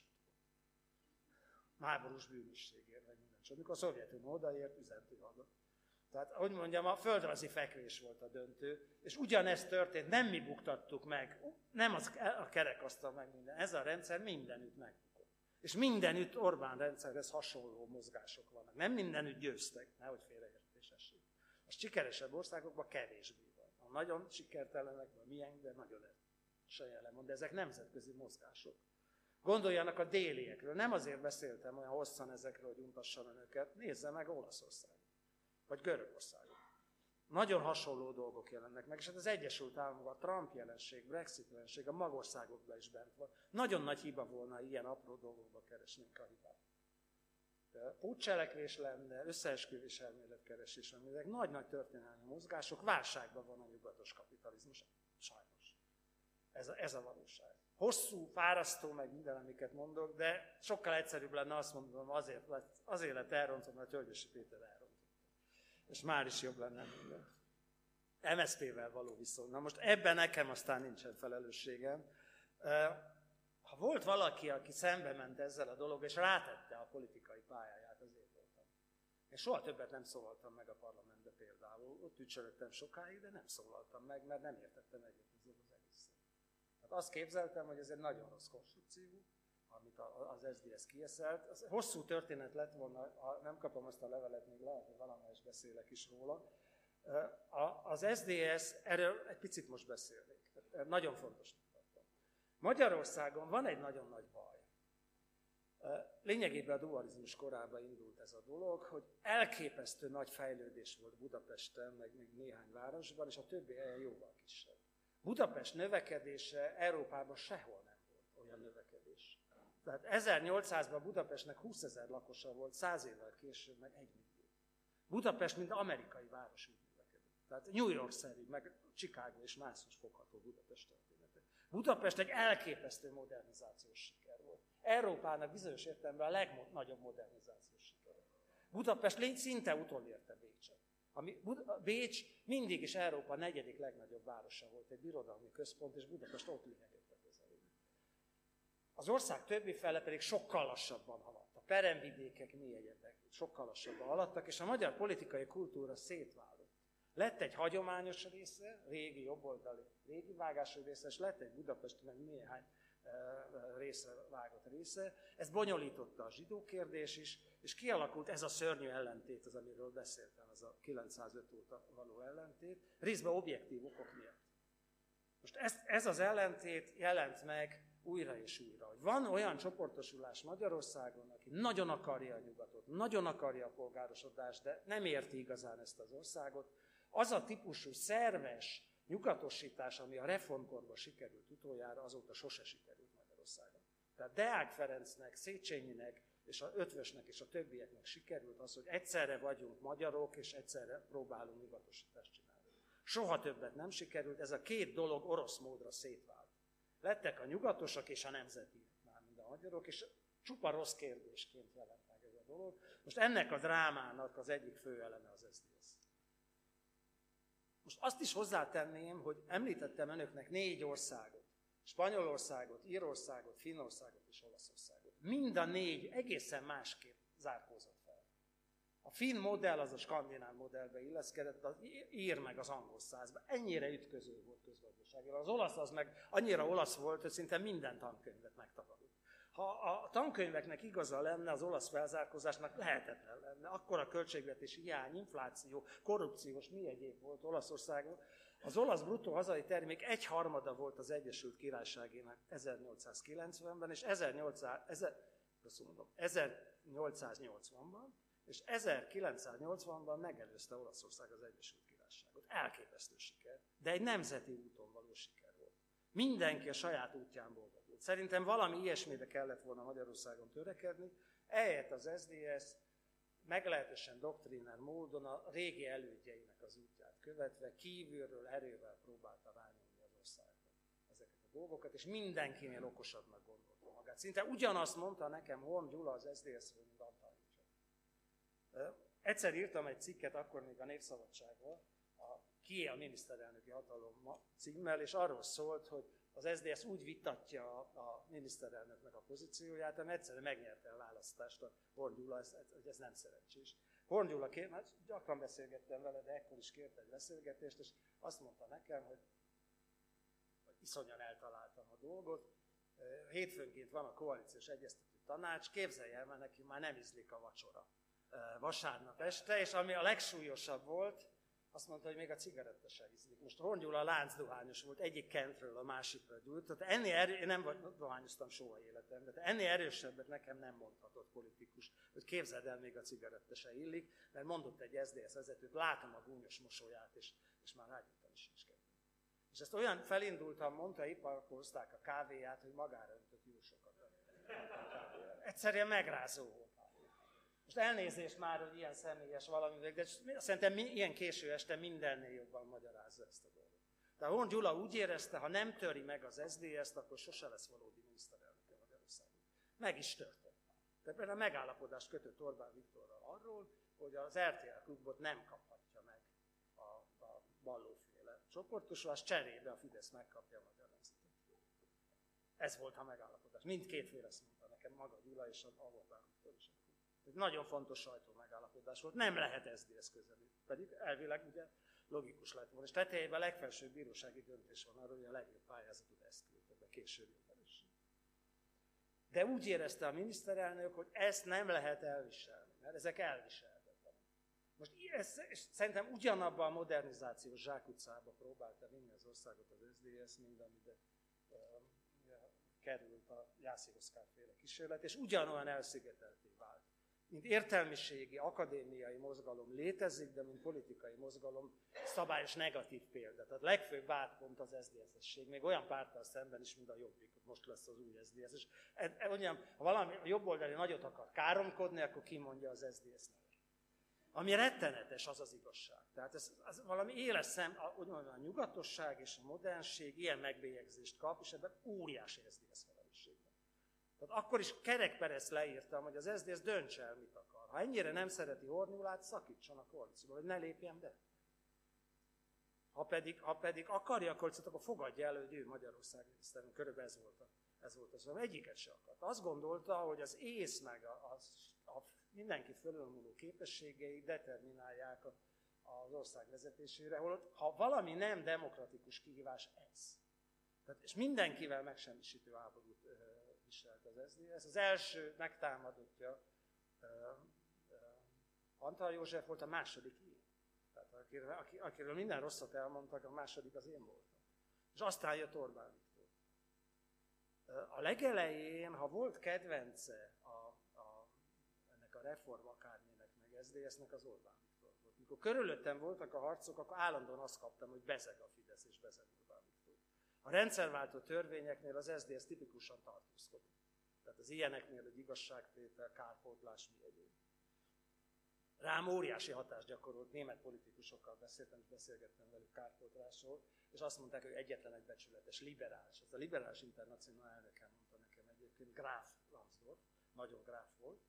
Háborús bűnösségért, vagy minden. És amikor a Szovjetunió odaért, üzentő adott. Tehát, hogy mondjam, a földrajzi fekvés volt a döntő, és ugyanezt történt, nem mi buktattuk meg, nem a kerekasztal meg minden, ez a rendszer mindenütt megbukott. És mindenütt Orbán rendszerhez hasonló mozgások vannak. Nem mindenütt győztek, nehogy félreértés essék. A sikeresebb országokban kevésbé van. A nagyon sikertelenekben milyen, de nagyon jelen van, de ezek nemzetközi mozgások. Gondoljanak a déliekről, nem azért beszéltem olyan hosszan ezekről, hogy untassam önöket, nézze meg Olaszországot, vagy Görögországot. Nagyon hasonló dolgok jelennek meg, és hát az Egyesült Államokban a Trump jelenség, Brexit jelenség a magországokban is bent van. Nagyon nagy hiba volna ilyen apró dolgokba keresnénk a hibát. Puccselekvés lenne, összeesküvés elméletkeresés, ezek nagy-nagy történelmi mozgások, válságban van a nyugatos kapitalizmus, sajnos. Ez a valóság. Hosszú, fárasztó, meg minden, amiket mondok, de sokkal egyszerűbb lenne azt mondom, azért lett elrontva, mert Tölgyesi Péter elrontott. És már is jobb lenne minden. MSZP-vel való viszony. Na most ebben nekem aztán nincsen felelősségem. Ha volt valaki, aki szembe ment ezzel a dolog, és rátette a politikai pályáját, azért voltam. Én soha többet nem szólaltam meg a parlamentbe például. Ott ücsörögtem sokáig, de nem szólaltam meg, mert nem értettem egyet az egészet. Tehát azt képzeltem, hogy ez egy nagyon rossz konstrukció, amit az SZDSZ kieszelt. Az hosszú történet lett volna, ha nem kapom azt a levelet, még lehet, hogy valamelyest beszélek is róla. Az SZDSZ, erről egy picit most beszélnék. Nagyon fontosnak tartom. Magyarországon van egy nagyon nagy baj. Lényegében a dualizmus korában indult ez a dolog, hogy elképesztő nagy fejlődés volt Budapesten, meg még néhány városban, és a többi helyen jóval kisebb. Budapest növekedése Európában sehol nem volt olyan növekedés. Tehát 1800-ban Budapestnek 20 000 lakosa volt, 100 évvel később meg 1 millió. Budapest, mint amerikai város úgy növekedett. Tehát New York-szerű, meg Chicago és más is fogható Budapest története. Budapest egy elképesztő modernizációs siker volt. Európának bizonyos értelemben a legnagyobb modernizációs siker. Budapest szinte utolérte Bécset. Bécs mindig is Európa 4. legnagyobb városa volt, egy birodalmi központ, és Budapest ott lényegette közelében. Az ország többi fele pedig sokkal lassabban haladt. A peremvidékek mélyedtek, sokkal lassabban haladtak, és a magyar politikai kultúra szétválott. Lett egy hagyományos része, régi jobboldali, régi vágású része, és lett egy Budapesti, meg néhány részre vágott része. Ez bonyolította a zsidó kérdés is, és kialakult ez a szörnyű ellentét, az amiről beszéltem, az a 905 óta való ellentét, részben objektív okok miatt. Most ez az ellentét jelent meg újra és újra, hogy van olyan csoportosulás Magyarországon, aki nagyon akarja a nyugatot, nagyon akarja a polgárosodást, de nem érti igazán ezt az országot. Az a típusú szerves nyugatosítás, ami a reformkorban sikerült utoljára, azóta sose sikerült Magyarországon. Tehát Deák Ferencnek, Széchenyinek, és a Ötvösnek és a többieknek sikerült az, hogy egyszerre vagyunk magyarok, és egyszerre próbálunk nyugatosítást csinálni. Soha többet nem sikerült, ez a két dolog orosz módra szétvált. Lettek a nyugatosok és a nemzeti, mármint a magyarok, és csupa rossz kérdésként jelent meg ez a dolog. Most ennek a drámának az egyik fő eleme az SZDSZ. Most azt is hozzátenném, hogy említettem önöknek 4 országot. Spanyolországot, Írországot, Finnországot és Olaszországot. Mind a 4 egészen másképp zárkózott fel. A finn modell az a skandináv modellbe illeszkedett, az ír meg az angol százba. Ennyire ütköző volt közgazdaságilag. Az olasz az meg annyira olasz volt, hogy szinte minden tankönyvet megtagadott. Ha a tankönyveknek igaza lenne, az olasz felzárkózásnak lehetetlen lenne. Akkor a költségvetési hiány, infláció, korrupciós mi egyéb volt Olaszországon. Az olasz bruttó hazai termék 1/3 volt az Egyesült Királyságének 1890-ben, és 1880-ban, és 1980-ban megelőzte Olaszország az Egyesült Királyságot. Elképesztő siker, de egy nemzeti úton való siker volt. Mindenki a saját útján boldogult. Szerintem valami ilyesmire kellett volna Magyarországon törekedni, ehelyett az SZDSZ meglehetősen doktriner módon a régi elődjeinek az útját követve, kívülről erővel próbálta rányomni az országba ezeket a dolgokat, és mindenkinél okosabbnak gondolta magát. Szinte ugyanazt mondta nekem Horn Gyula az SZDSZ-ről, mint Antal József. Egyszer írtam egy cikket, akkor még a Népszabadságban, Kié a miniszterelnöki hatalom címmel, és arról szólt, hogy az SZDSZ úgy vitatja a miniszterelnöknek a pozícióját, ami egyszerűen megnyerte a választást a Horn Gyula, ez nem szerencsés. Horn Gyula, gyakran beszélgettem vele, de ekkor is kért egy beszélgetést, és azt mondta nekem, hogy iszonyan eltaláltam a dolgot. Hétfőnként van a koalíciós egyeztető tanács, képzelj el, mert neki már nem ízlik a vacsora vasárnap este, és ami a legsúlyosabb volt, azt mondta, hogy még a cigaretta se ízlik. Most Horn Gyula láncdohányos volt, egyik kentről a másikra gyújtott. Én nem dohányoztam soha életemben, de ennél erősebbet nekem nem mondhatott politikus, hogy képzeld el, még a cigaretta se illik, mert mondott egy SZDSZ vezetőt, látom a gúnyos mosolyát, és már rágyújtani sincs kedvem. És ezt olyan felindultam, mondta, épp akkor hozták a kávéját, hogy magára öntött jó sokat. Egyszerűen megrázó volt. Most elnézést már, hogy ilyen személyes valami, de szerintem ilyen késő este mindennél jobban magyarázza ezt a dolgot. Tehát Horn Gyula úgy érezte, ha nem töri meg az SZDSZ-t, akkor sose lesz valódi miniszterelnöke Magyarországon. Meg is törte. Tehát például megállapodást kötött Orbán Viktorral arról, hogy az RTL klubot nem kaphatja meg a Ballóféle csoportosulás, cserébe a Fidesz megkapja a Magyar Nemzetet. Ez volt a megállapodás. Mindkét fél ezt mondta nekem, maga Gyula és a Orbán Viktor is. Ez nagyon fontos sajtó megállapodás volt. Nem lehet SZDSZ közelít. Pedig elvileg ugye logikus lett volna. És tetejében a legfelsőbb bírósági döntés van arról, hogy a legjobb pályázatot ezt küldte be később jövőben. De úgy érezte a miniszterelnök, hogy ezt nem lehet elviselni, mert ezek elviselhetetlenek. Most szerintem ugyanabban a modernizációs zsákutcába próbálta vinni az országot az SZDSZ, mint amiben került a Jászai Oszkár féle kísérlet, és ugyanolyan elszigetelté vált. Mint értelmiségi, akadémiai mozgalom létezik, de mint politikai mozgalom szabályos negatív példa. Tehát legfőbb vádpont az SZDSZ-esség, még olyan párttal szemben is, mint a Jobbik, most lesz az új SZDSZ. És ha valami a jobboldali nagyot akar káromkodni, akkor kimondja az SZDSZ nevet. Ami rettenetes, az az igazság. Tehát ez valami éles szem, úgy mondom, a nyugatosság és a modernség ilyen megbélyegzést kap, és ebben óriási SZDSZ felelősség van. Tehát akkor is Kerek Perez leírtam, hogy az SZDSZ döntse el, mit akar. Ha ennyire nem szereti Horn Gyulát, szakítson a koalícióba, hogy ne lépjen be. Ha pedig akarja a koalíciót, akkor fogadja el, hogy ő Magyarország miniszterelnök. Körülbelül ez volt az, hogy egyiket se akart. Azt gondolta, hogy az ész meg a mindenki fölülmúló képességei determinálják az ország vezetésére, holott ha valami nem demokratikus kihívás, ez. Tehát, és mindenkivel megsemmisítő háborút viselt az SZDSZ. Az első megtámadottja Antal József volt, a második én. Tehát akiről minden rosszat elmondtak, a második az én voltam. És aztán jött Orbán Viktor. A legelején, ha volt kedvence ennek a reform akárminek, meg SZDSZ-nek, az Orbán Viktor volt. Mikor körülöttem voltak a harcok, akkor állandóan azt kaptam, hogy bezeg a Fidesz és bezeg Orbán Viktor. A rendszerváltó törvényeknél az SZDSZ tipikusan tartózkodott. Tehát az ilyeneknél egy igazságtétel, kárpótlás, mi egyéb. Rám óriási hatást gyakorolt, német politikusokkal beszéltem, és beszélgettem velük kárpótlásról, és azt mondták, hogy egyetlen egy becsületes, liberális. Ez a liberális internacionál elnöke mondta nekem egyébként, Graf Lambsdorff, nagyon gráf volt,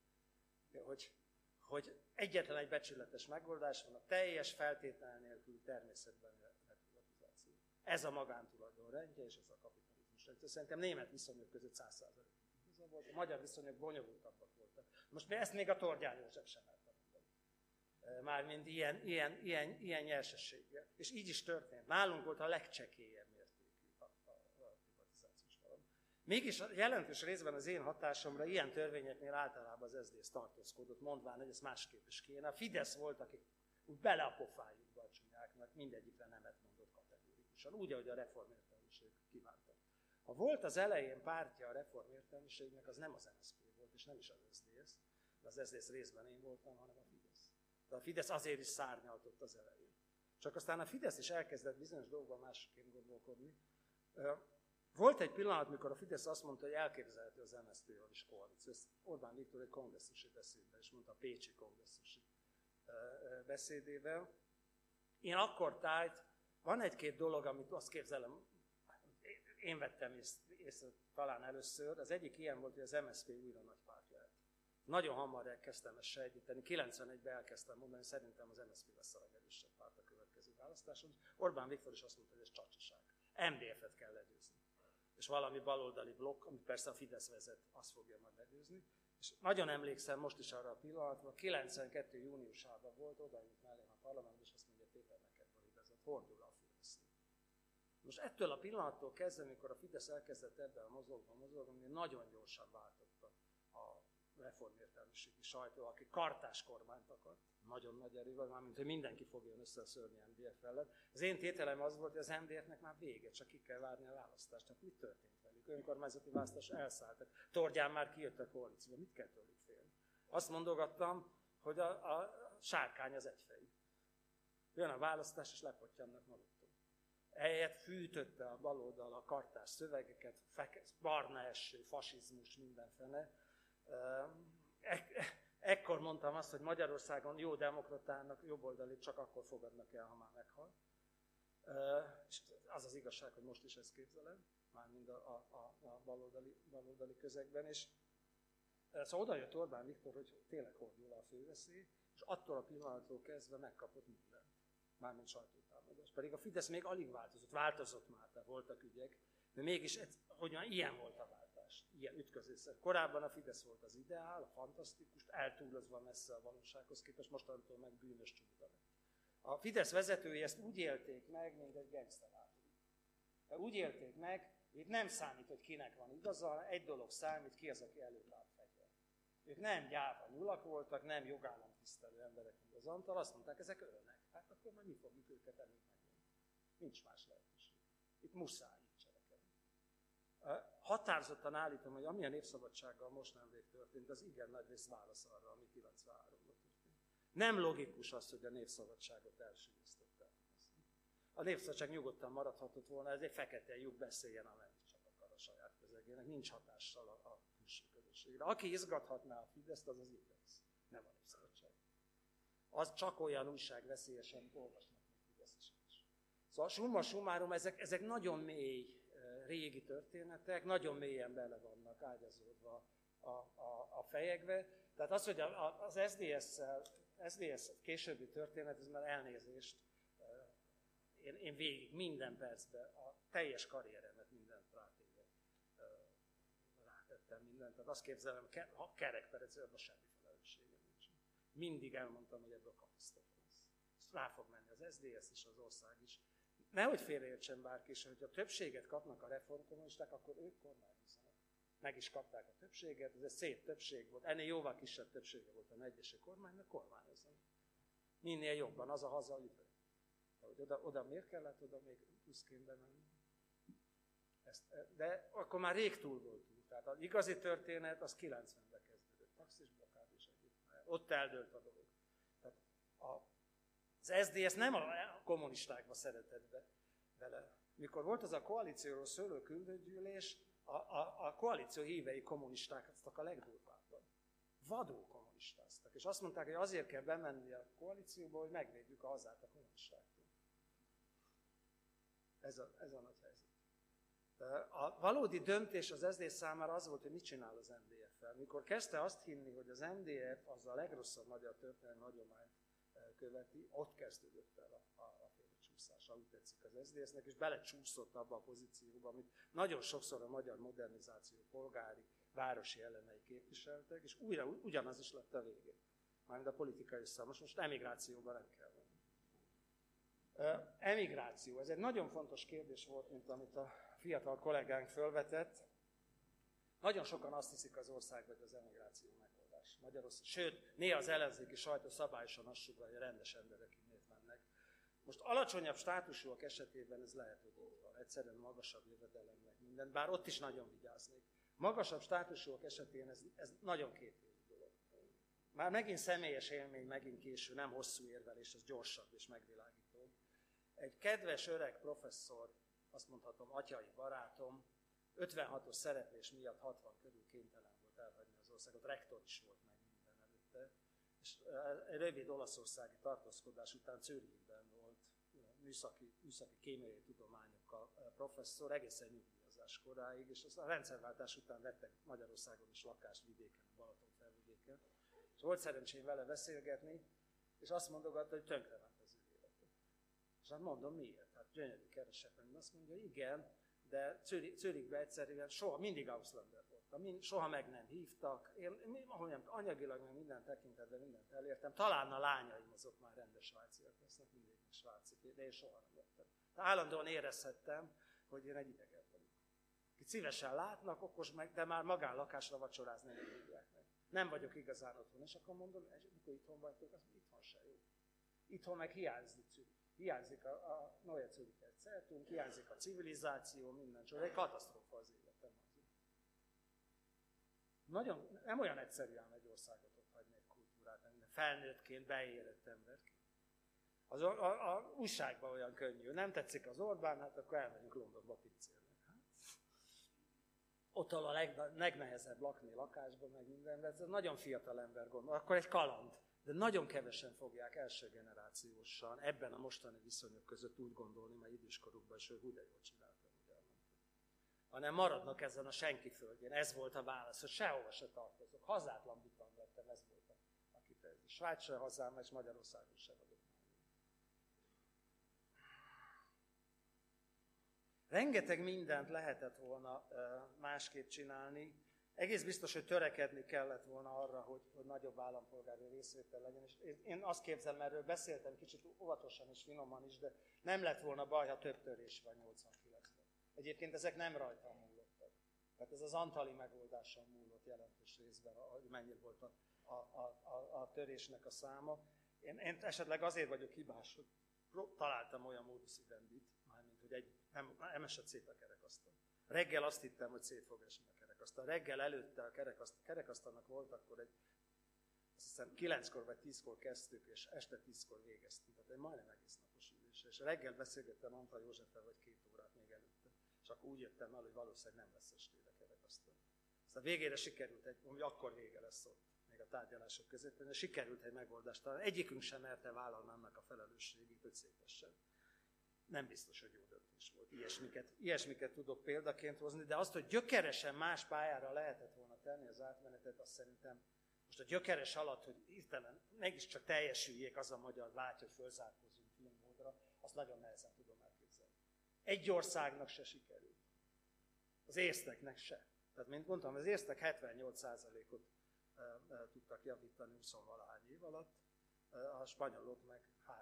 hogy egyetlen egy becsületes megoldás van, a teljes feltétel nélkül természetben privatizáció. Ez a magántulajdon rendje, és ez a kapitalizmus rendje. Szerintem német viszonyok között 100% volt, a magyar viszonyok bonyolultabbak voltak. Most ezt még a Tordján József sem merte mondani. Mármint ilyen nyersességgel. És így is történt. Nálunk volt a legcsekélyebb mértékű a privatizációs valami. Mégis jelentős részben az én hatásomra ilyen törvényeknél általában az SZDSZ tartózkodott, mondván, hogy ez másképp is kéne. A Fidesz volt, aki úgy bele a pofájukba a csúnyáknak, mindegyikre nemet mondott kategórikusan, úgy, ahogy a reformértelmiség kívánta. Ha volt az elején pártja a reformértelmiségnek, az nem az MSZP volt, és nem is az SZDSZ, de az SZDSZ részben én voltam, hanem a Fidesz. De a Fidesz azért is szárnyaltott az elején. Csak aztán a Fidesz is elkezdett bizonyos dolgokban másként gondolkodni. Volt egy pillanat, mikor a Fidesz azt mondta, hogy elképzelhető az MSZP-val is koalíció. Orbán Viktor egy kongresszusi beszédben is mondta, a pécsi kongresszusi beszédében. Én akkor tájt, van egy-két dolog, amit azt képzelem, én vettem észre talán először. Az egyik ilyen volt, hogy az MSZP újra nagy párt lehet. Nagyon hamar elkezdtem ezt sejteni. 91-ben elkezdtem mondani, szerintem az MSZP lesz a legerősebb párt a következő választáson. Orbán Viktor is azt mondta, hogy ez csacsiság. MDF-et kell legyőzni. valami baloldali blokk, amit persze a Fidesz vezet, azt fogja majd legyőzni. És nagyon emlékszem most is arra a pillanatra, 92. júniusában volt, odaült mellém a parlamentben, és azt mondja, Péter, neked van igazad, fordul a fülveszély. Most ettől a pillanattól kezdve, amikor a Fidesz elkezdett ebben a mozogni, nagyon gyorsan váltott a reformértelmiségi sajtó, aki kartás kormányt akart, nagyon nagy erővel, mármint, hogy mindenki fogjon összeszörni MDF ellen. Az én tételem az volt, hogy az MDF-nek már vége, csak ki kell várni a választást. Tehát mit történt velük? Önkormányzati választás elszálltak. Tordján már kijött a koalícióba. Mit kell tőlük félni? Azt mondogattam, hogy a sárkány az egyfejű. Jön a választás, és lepottyannak maguktól. Ehelyett fűtötte a baloldal a kartás szövegeket, barna eső, fasizmus, mindenfene. Ekkor mondtam azt, hogy Magyarországon jó demokratának jobboldali csak akkor fogadnak el, ha már meghal. És az az igazság, hogy most is ezt képzelem, mármint a baloldali közegben. És szóval oda jött Orbán Viktor, hogy tényleg hordul a főveszély, és attól a pillanattól kezdve megkapott mindent, mármint sajtótámadást. Pedig a Fidesz még alig változott már, tehát voltak ügyek, de mégis ilyen volt a váltás, ilyen ütközés. Korábban a Fidesz volt az ideál, a fantasztikus, eltúlozva messze a valósághoz képest, mostantól meg bűnös csúda lett. A Fidesz vezetői ezt úgy élték meg, mint egy gangsterháború. Úgy élték meg, hogy itt nem számít, hogy kinek van igaza, egy dolog számít, ki az, aki előbb áll fegyver. Ők nem gyáva nyulak voltak, nem jogállamtisztelő emberek, mint az Antal, azt mondták, ezek ölnek. Hát akkor majd mi fogjuk őket előbb megnyomni. Nincs más lehetőség. Itt muszáj így cselekedni. Határozottan állítom, hogy ami a népszabadsággal most nemrég történt, az igen nagy rész válasz arra, ami 93-ban történt. Nem logikus az, hogy a népszabadságot elsüllyesztettek. A népszabadság nyugodtan maradhatott volna, ez egy fekete lyuk, beszéljen, amennyit csak akar a saját közegének, nincs hatással a külső közösségre. Aki izgathatná a Fideszt, az az Index, nem a népszabadság. Az csak olyan újság veszélyes, amit olvasnak még Fideszesek is. Szóval summa summarum, ezek nagyon mély régi történetek, nagyon mélyen bele vannak ágyazódva a fejekbe. Tehát az, hogy az SZDSZ későbbi történet, ez már elnézést, én végig minden percben a teljes karrieremet mindent rátettem mindent. Tehát azt képzelem, ha kerekperec, abban semmi felelősségem nincs. Mindig elmondtam, hogy ebből katasztrófa lesz. Rá fog menni az SZDSZ is, az ország is. Nehogy félreértsen bárki is, hogy a többséget kapnak a reformkommunisták, akkor ők kormányozzanak. Meg is kapták a többséget, ez egy szép többség volt. Ennél jóval kisebb többsége volt a egyesi kormánynak, kormányozzanak. Minél jobban, az a haza üdvöl. Oda miért kellett oda még pluszként bemenni? De akkor már rég túl voltunk. Tehát az igazi történet az 90-ben kezdődött. Taxis blokkád és együtt. Ott eldőlt a dolog. Tehát az SZDSZ nem a kommunistákba szeretett vele. Mikor volt az a koalícióról szóló küldőgyűlés, a koalíció hívei kommunistáknak a legdurvábban. Vadul kommunistáztak. És azt mondták, hogy azért kell bemenni a koalícióba, hogy megvédjük a hazát a kommunistáktól. Ez a nagy helyzet. A valódi döntés az SZDSZ számára az volt, hogy mit csinál az MDF-fel. Mikor kezdte azt hinni, hogy az MDF az a legrosszabb magyar történelmi hagyományt követi, ott kezdődött el a félrecsúszás, úgy tetszik az SZDSZ-nek, és belecsúszott abba a pozícióba, amit nagyon sokszor a magyar modernizáció polgári, városi elemei képviseltek, és újra ugyanaz is lett a vége. Mármint a politikai összeomlás, most emigrációban nem kell venni. Emigráció, ez egy nagyon fontos kérdés volt, mint amit a fiatal kollégánk fölvetett. Nagyon sokan azt hiszik az országban, hogy az emigráció megoldás. Sőt, néha az ellenzéki sajtó szabályosan azt sugallja, hogy rendes emberek innét mennek. Most alacsonyabb státusúak esetében ez lehet, hogy így van. Egyszerűen magasabb jövedelem meg minden, bár ott is nagyon vigyáznék. Magasabb státusúak esetén ez nagyon kétélű dolog. Már megint személyes élmény, megint késő, nem hosszú érvelés, ez gyorsabb és megvilágítóbb. Egy kedves öreg professzor, azt mondhatom, atyai barátom, 56-os szereplés miatt 60 körül kénytelen volt elhagyni az országot, rektor is volt meg minden előtte, és egy rövid olaszországi tartózkodás után Zürichben volt műszaki kémiai tudományokkal professzor, egészen nyugdíjazás koráig, és a rendszerváltás után vettek Magyarországon is lakást vidéken, a Balaton felvidéken, és volt szerencsém vele beszélgetni, és azt mondogatta, hogy tönkrement az ő élete. És hát mondom, miért? Hát gyönyörű keresett, azt mondja, igen, de Zürichben egyszerűen mindig Auslander voltam, soha meg nem hívtak, én anyagilag meg minden tekintetben mindent elértem, talán a lányaim azok már rendes svájciak lesznek, mindig svájci, de én soha nem lettem. Állandóan érezhettem, hogy én egy idegen vagyok. Itt szívesen látnak, okos meg, de már magánlakásra vacsorázni nem hívják meg. Nem vagyok igazán otthon, és akkor mondom, mikor itthon vagytok, az itthon se jó. Itthon meg hiányzik a Neue Zürcher Zeitung, hiányzik a civilizáció, minden csak. Egy katasztrófa az életem. Nagyon, nem olyan egyszerű ám egy országot ott hagyni, egy kultúrát, minden felnőttként, beérett emberként. A újságban olyan könnyű. Nem tetszik az Orbán, hát akkor elmegyünk Londonba pincélni. Ott a legnehezebb lakni lakásban, meg mindenben. Ez nagyon fiatal ember gondol. Akkor egy kaland. De nagyon kevesen fogják első generációsan ebben a mostani viszonyok között úgy gondolni, mert időskorukban is, hogy hú, de jól csináltam, ugye elmondtam. Hanem maradnak ezen a senki földjén. Ez volt a válasz, hogy sehova se tartozok. Hazátlan butan lettem, ez volt a kifejezés. Svájc se hazám, és Magyarországon se vagyok. Rengeteg mindent lehetett volna másképp csinálni. Egész biztos, hogy törekedni kellett volna arra, hogy nagyobb állampolgári részvétel legyen. És én azt képzelem, erről beszéltem kicsit óvatosan és finoman is, de nem lett volna baj, ha több törés van 89-ben. Egyébként ezek nem rajtam múlottak. Tehát ez az antali megoldáson múlott jelentős részben, hogy mennyi volt a törésnek a száma. Én esetleg azért vagyok hibás, hogy találtam olyan modus vivendit, mármint, hogy nem esett szét a kerekasztal. Reggel azt hittem, hogy szét fog esni a kerekasztal. Reggel előtte a kerekasztalnak volt akkor azt hiszem 9-kor vagy 10-kor kezdtük, és este 10-kor végeztünk. Tehát egy majdnem egész napos ülés. És reggel beszélgettem Antal Józseffel vagy 2 órát még előtte. És akkor úgy jöttem el, hogy valószínűleg nem lesz estére kerekasztal. Aztán végére sikerült, hogy akkor vége lesz ott, még a tárgyalások között, de sikerült egy megoldást találni. Egyikünk sem merte vállalni annak a felelősségét, hogy szétessen. Nem biztos, hogy jó döntés volt. Ilyesmiket tudok példaként hozni, de azt, hogy gyökeresen más pályára lehetett volna tenni az átmenetet, azt szerintem most a gyökeres alatt, hogy hirtelen mégiscsak teljesüljék az a magyar vágy, hogy fölzárkózunk filmmódra, azt nagyon nehezen tudom elképzelni. Egy országnak se sikerült. Az észteknek se. Tehát, mint mondtam, az észtek 78%-ot tudtak javítani 20-valahány év alatt, a spanyolok meg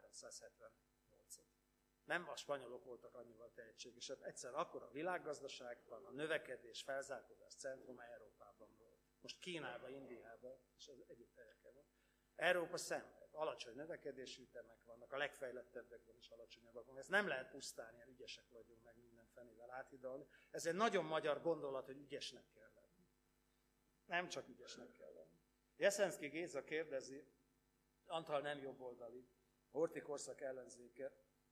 378-ot. Nem a spanyolok voltak annyival tehetségesebb, egyszerűen akkor a világgazdaságban a növekedés, felzárkózás centrum Európában volt. Most Kínában, Indiában és az egyéb helyeken van. Európa szenved, alacsony növekedésű ütemek vannak, a legfejlettebbekben is alacsonyabbak vannak. Ezt nem lehet pusztán ilyen ügyesek vagyunk meg minden fenével áthidalni. Ez egy nagyon magyar gondolat, hogy ügyesnek kell lenni. Nem csak ügyesnek kell lenni. Jeszenszky Géza kérdezi, Antal nem jobboldali, Horthy korszak ellenzéke,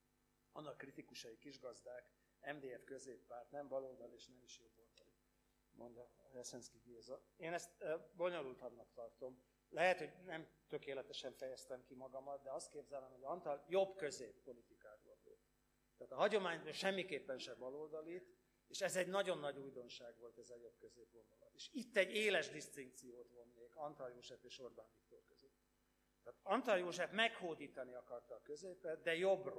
annak kritikusai kisgazdák, MDF középpárt, nem baloldal és nem is jobboldali, mondja Jeszenszky Géza. Én ezt bonyolultabbnak tartom. Lehet, hogy nem tökéletesen fejeztem ki magamat, de azt képzelem, hogy Antal jobb-közép politikát gondolt. Tehát a hagyományban semmiképpen sem baloldalit, és ez egy nagyon nagy újdonság volt, ez a jobb-közép gondolat. És itt egy éles disztinkciót vonnék Antal József és Orbán Viktor között. Tehát Antal József meghódítani akarta a középet, de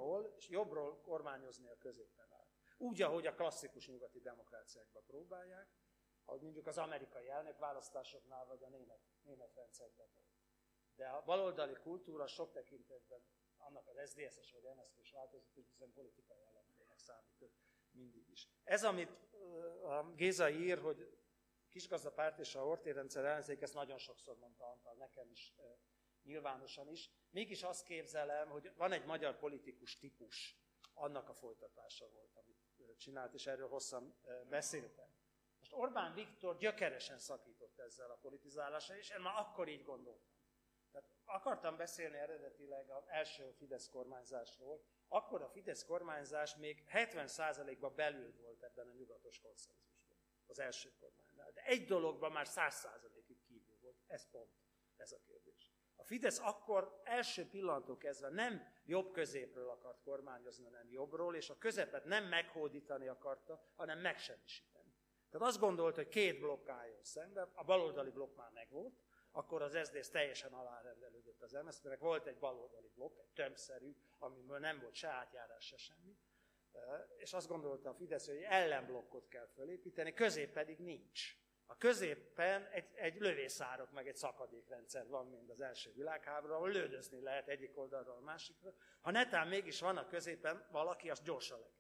jobbról kormányozni a középen áll. Úgy, ahogy a klasszikus nyugati demokráciákban próbálják, ahogy mondjuk az amerikai elnökválasztásoknál, vagy a német rendszerben volt. De a baloldali kultúra sok tekintetben annak az SZDSZ-es vagy MSZP-s változott, és bizony politikai ellenfélnek számított mindig is. Ez, amit a Géza ír, hogy kisgazdapárt és a Horthy rendszer ellenzék, ezt nagyon sokszor mondta Antal, nekem is, nyilvánosan is. Mégis azt képzelem, hogy van egy magyar politikus típus, annak a folytatása volt, amit csinált, és erről hosszan beszéltem. Most Orbán Viktor gyökeresen szakított ezzel a politizálással, és én már akkor így gondoltam. Tehát akartam beszélni eredetileg az első Fidesz kormányzásról, akkor a Fidesz kormányzás még 70%-ban belül volt ebben a nyugatos konszenzusban, az első kormánynál. De egy dologban már 100%-ig kívül volt, ez pont, ez a kérdés. A Fidesz akkor első pillanattól kezdve nem jobb-középről akart kormányozni, hanem jobbról, és a közepet nem meghódítani akarta, hanem megsemmisíteni. Tehát azt gondolt, hogy két blokk álljon szembe, a baloldali blokk már megvolt, akkor az SZDSZ teljesen alárendelődött az MSZP-nek, volt egy baloldali blokk, egy tömbszerű, amiből nem volt se átjárás, se semmi. És azt gondolta a Fidesz, hogy egy ellenblokkot kell fölépíteni, közép pedig nincs. A középen egy lövészárok meg egy szakadékrendszer van, mint az első világháborúban, ahol lődözni lehet egyik oldalról a másikra. Ha netán mégis van a középen valaki, azt gyorsan le kell.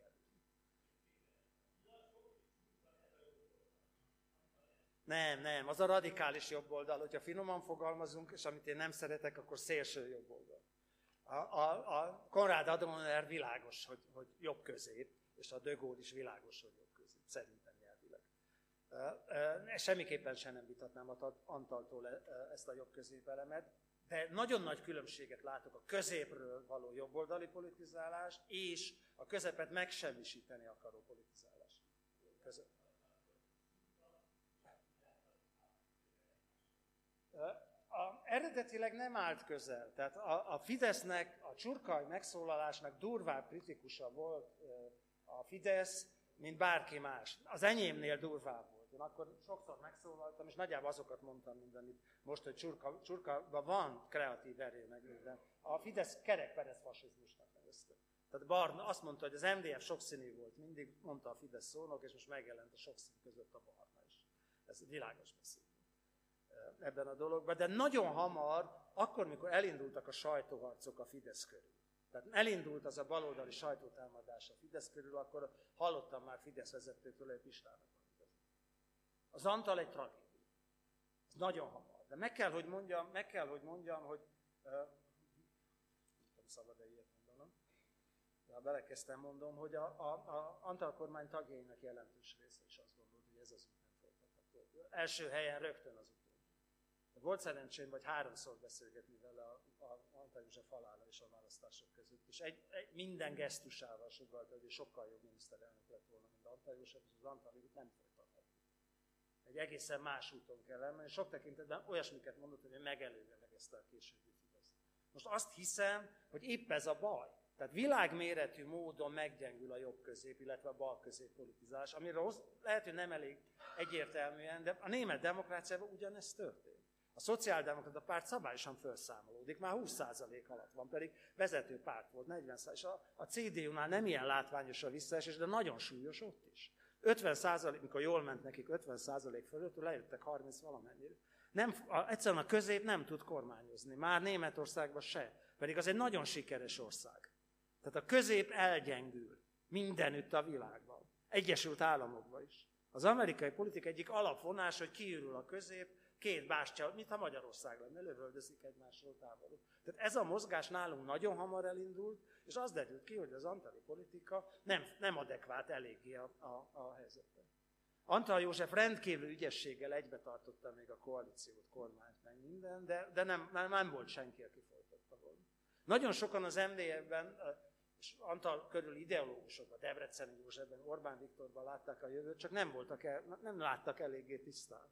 Nem, az a radikális jobb oldal, hogyha finoman fogalmazunk, és amit én nem szeretek, akkor szélső jobb oldal. A Konrad Adenauer világos, hogy jobb közép, és a De Gaulle is világos, hogy jobb közép, szerintem nyelvileg. Semmiképpen sem nem vitatnám Antaltól ezt a jobb közép elemet, de nagyon nagy különbséget látok a középről való jobboldali politizálás és a közepet megsemmisíteni akaró politizálás között. Eredetileg nem állt közel. Tehát a Fidesznek, a Csurkai megszólalásnak durvább kritikusa volt a Fidesz, mint bárki más. Az enyémnél durvább volt. Én akkor sokszor megszólaltam, és nagyjából azokat mondtam, mint amit most, hogy Csurkában van kreatív erő, meg minden. A Fidesz kerekperec fasizmusnak nevezte. Tehát Barna azt mondta, hogy az MDF sokszínű volt, mindig mondta a Fidesz szónok, és most megjelent a sokszínű között a barna is. Ez világos beszéd ebben a dologban, de nagyon hamar, akkor, mikor elindultak a sajtóharcok a Fidesz körül, tehát elindult az a baloldali sajtótámadás a Fidesz körül, akkor hallottam már Fidesz vezetőtől, hogy Pistának van. Az Antal egy tragédia. Ez nagyon hamar. De meg kell, hogy mondjam, hogy nem szabad ilyet mondanom, de ha belekezdtem, mondom, hogy a Antal kormány tagjainak jelentős része is azt gondolt, hogy ez az út nem folytatható. Első helyen rögtön az utóbbi. Volt szerencsém, vagy 3-szor beszélgetni vele a Antall József halála és a választások között, és minden gesztusával sugallta, hogy sokkal jobb miniszterelnök lett volna, mint Antall József, és az Antall József nem folytatható. Egy egészen más úton kell elmenni, sok tekintetben olyasmiket mondott, hogy megelőlegezte a későbbi Fidesz. Most azt hiszem, hogy épp ez a baj. Tehát világméretű módon meggyengül a jobb közép, illetve a bal közép politizálás, amiről lehet, hogy nem elég egyértelműen, de a német demokráciában ugyanez történt. A szociáldemokrata párt szabályosan felszámolódik, már 20% alatt van, pedig vezető párt volt, 40%, és a CDU-nál nem ilyen látványos a visszaesés, de nagyon súlyos ott is. 50%, mikor jól ment nekik 50% fölött, lejöttek 30 valamennyire. Egyszerűen a közép nem tud kormányozni, már Németországban se, pedig az egy nagyon sikeres ország. Tehát a közép elgyengül mindenütt a világban, Egyesült Államokban is. Az amerikai politika egyik alapvonás, hogy kiürül a közép, két bástya, mintha Magyarország lenne, lövöldözik egymásról távolul. Tehát ez a mozgás nálunk nagyon hamar elindult, és az derült ki, hogy az antali politika nem adekvát eléggé a helyzetben. Antall József rendkívül ügyességgel egybe tartotta még a koalíciót, kormányt, meg minden, de nem volt senki, aki folytatta volna. Nagyon sokan az MDF-ben, és Antall körül ideológusok, a Debreceni Józsefben, Orbán Viktorban látták a jövőt, csak nem láttak eléggé tisztán.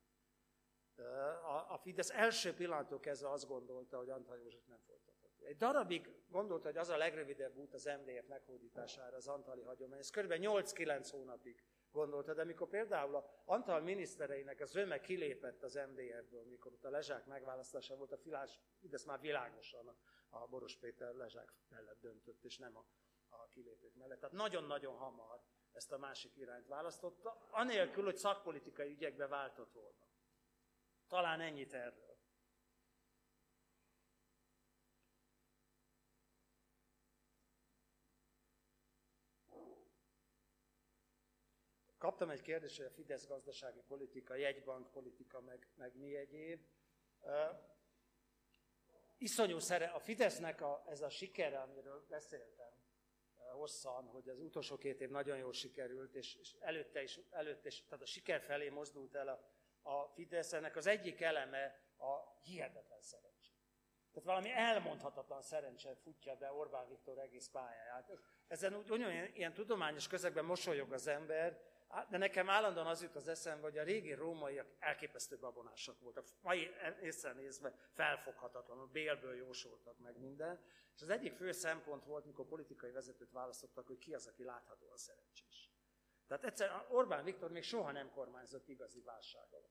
A Fidesz első pillanattól kezdve azt gondolta, hogy Antall József nem folytatható. Egy darabig gondolta, hogy az a legrövidebb út az MDF meghódítására, az antali hagyomány. Ez kb. 8-9 hónapig gondolta, de amikor például a Antall minisztereinek az zöme kilépett az MDF-ből, mikor ott a Lezsák megválasztása volt, a Fidesz már világosan a Boros Péter Lezsák mellett döntött, és nem a kilépők mellett. Tehát nagyon-nagyon hamar ezt a másik irányt választotta, anélkül, hogy szakpolitikai ügyekbe váltott volna. Talán ennyit erről. Kaptam egy kérdést, hogy a Fidesz gazdasági politika, jegybank politika, meg mi egyéb. Iszonyú a Fidesznek ez a sikere, amiről beszéltem hosszan, hogy az utolsó 2 év nagyon jól sikerült, és előtte is, tehát a siker felé mozdult el a Fidesz, ennek az egyik eleme a hihetetlen szerencse. Tehát valami elmondhatatlan szerencse futja be Orbán Viktor egész pályáját. Ezen ilyen tudományos közegben mosolyog az ember, de nekem állandóan az jut az eszembe, hogy a régi rómaiak elképesztő babonásak voltak. Mai észre nézve felfoghatatlanul, bélből jósoltak meg minden. És az egyik fő szempont volt, mikor politikai vezetőt választottak, hogy ki az, aki láthatóan szerencsés. Tehát egyszerűen Orbán Viktor még soha nem kormányzott igazi válság alatt.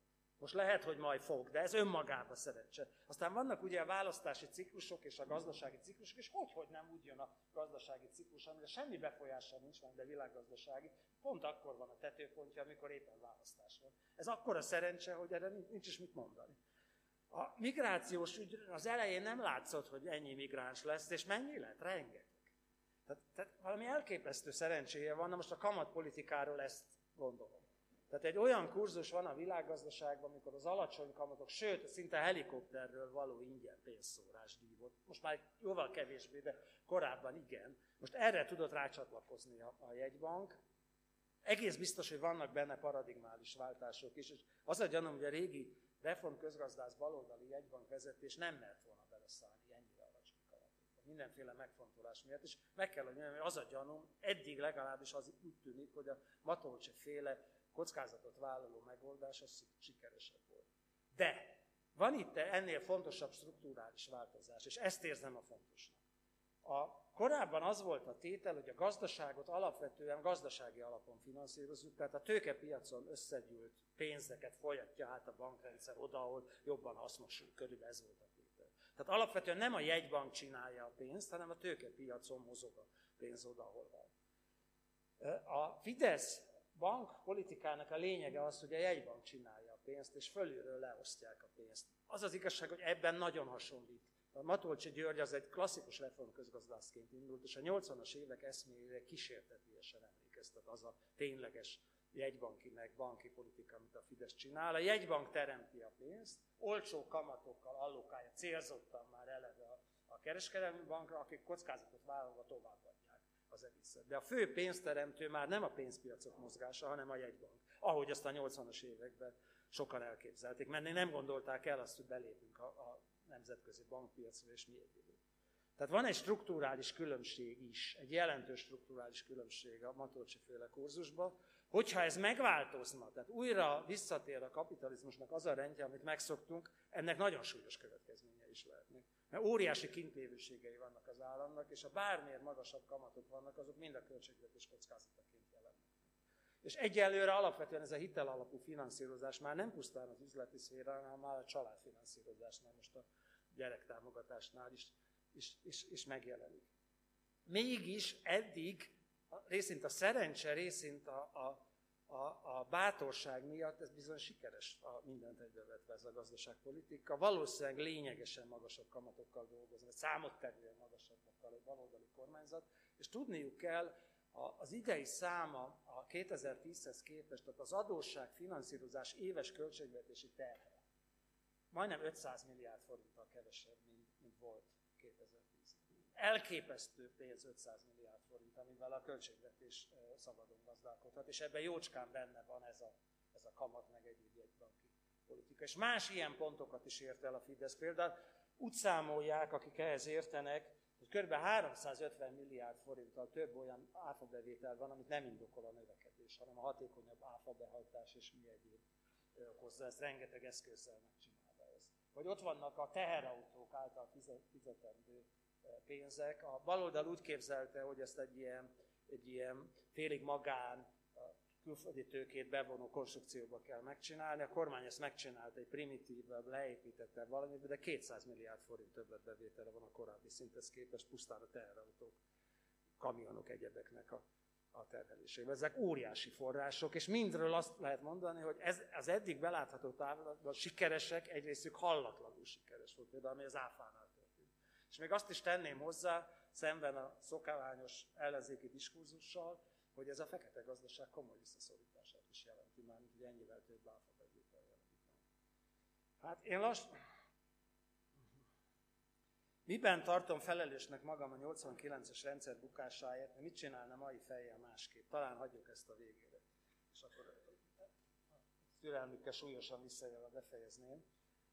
Most lehet, hogy majd fog, de ez önmagában szerencse. Aztán vannak ugye a választási ciklusok és a gazdasági ciklusok, és hogy nem úgy jön a gazdasági ciklus, amire semmi befolyása nincs, de világgazdasági, pont akkor van a tetőpontja, amikor éppen választás van. Ez akkora szerencse, hogy erre nincs is mit mondani. A migrációs ügy az elején nem látszott, hogy ennyi migráns lesz, és mennyi lett? Rengeteg. Tehát valami elképesztő szerencséje van, na most a kamatpolitikáról ezt gondolom. Tehát egy olyan kurzus van a világgazdaságban, amikor az alacsony kamatok, sőt, szinte helikopterről való ingyen pénzszórás dívott. Most már jóval kevésbé, de korábban igen. Most erre tudott rácsatlakozni a jegybank. Egész biztos, hogy vannak benne paradigmális váltások is, és az a gyanúm, hogy a régi reformközgazdász baloldali jegybank vezetés nem mert volna beleszállni ennyire alacsony kamatokba. Mindenféle megfontolás miatt, és meg kell, hogy mondjam, hogy az a gyanúm, eddig legalábbis az úgy tűnik, hogy a Matolcsy féle kockázatot vállaló megoldás az sikeresebb volt. De van itt ennél fontosabb strukturális változás, és ezt érzem a fontosnak. Korábban az volt a tétel, hogy a gazdaságot alapvetően gazdasági alapon finanszírozzuk, tehát a tőkepiacon összegyűlt pénzeket folyatja át a bankrendszer oda, ahol jobban hasznosul, körülbelül ez volt a tétel. Tehát alapvetően nem a jegybank csinálja a pénzt, hanem a tőkepiacon mozog a pénz oda, ahol van. A Fidesz bankpolitikának a lényege az, hogy a jegybank csinálja a pénzt, és fölülről leosztják a pénzt. Az az igazság, hogy ebben nagyon hasonlít. A Matolcsy György az egy klasszikus reformközgazdászként indult, és a 80-as évek eszméjére kísértetiesen emlékeztet az a tényleges jegybanki meg banki politika, amit a Fidesz csinál. A jegybank teremti a pénzt, olcsó kamatokkal allokálja célzottan már eleve a kereskedelmi bankra, akik kockázatot vállalva továbbadják az egészet. De a fő pénzteremtő már nem a pénzpiacok mozgása, hanem a jegybank. Ahogy azt a 80-as években sokan elképzelték, mert nem gondolták el azt, hogy belépünk a nemzetközi bankpiacra és mi egyéb. Tehát van egy strukturális különbség is, egy jelentős strukturális különbség a Matolcsy-féle kurzusban, hogyha ez megváltozna, tehát újra visszatér a kapitalizmusnak az a rendje, amit megszoktunk, ennek nagyon súlyos következménye is lehetnek. Mert óriási kintlévőségei vannak az államnak, és ha bármiért magasabb kamatok vannak, azok mind a költségvetés kockázataként jelennek. És egyelőre alapvetően ez a hitelalapú finanszírozás már nem pusztán az üzleti szférán, hanem már a családfinanszírozásnál, most a gyerektámogatásnál is megjelenik. Mégis eddig részint a szerencse, részint a bátorság miatt ez bizony sikeres, mindent egybevetve ez a gazdaságpolitika. Valószínűleg lényegesen magasabb kamatokkal dolgozni, vagy számottevően magasabbakkal egy baloldali kormányzat, és tudniuk kell, az idei száma a 2010-hez képest, tehát az adósságfinanszírozás éves költségvetési terhe majdnem 500 milliárd forinttal kevesebb, mint volt 2010-ben. Elképesztő pénz 500 milliárd forint, amivel a költségvetés szabadon gazdálkodhat, és ebben jócskán benne van ez a kamat meg egyéb jegybanki politika. És más ilyen pontokat is ért el a Fidesz. Például úgy számolják, akik ehhez értenek, hogy kb. 350 milliárd forinttal több olyan áfabevétel van, amit nem indokol a növekedés, hanem a hatékonyabb áfabehajtás és mi egyéb okozza. Ezt rengeteg eszközzel megcsinálja ez. Vagy ott vannak a teherautók által fizetendő pénzek. A baloldal úgy képzelte, hogy ezt egy ilyen félig magán, külföldi tőkét bevonó konstrukcióba kell megcsinálni. A kormány ezt megcsinálta egy primitívebb, leépítettebb valamiben, de 200 milliárd forint többletbevétele van a korábbi szinthez képest, pusztán a teherautók, kamionok, egyebeknek a terhelésében. Ezek óriási források, és mindről azt lehet mondani, hogy ez az eddig belátható távlatban sikeresek, egyrésztük hallatlanul sikeres volt, például ami az áfánál történt. És még azt is tenném hozzá, szemben a szokványos ellenzéki diskurzussal, hogy ez a fekete gazdaság komoly visszaszorítását is jelenti már, hogy ennyivel több áfabevétel jelenik meg. Hát én miben tartom felelősnek magam a 89-es rendszer bukásáért, mit csinálna mai fejjel másképp? Talán hagyjuk ezt a végére. És akkor türelmükkel súlyosan visszajövő befejezném.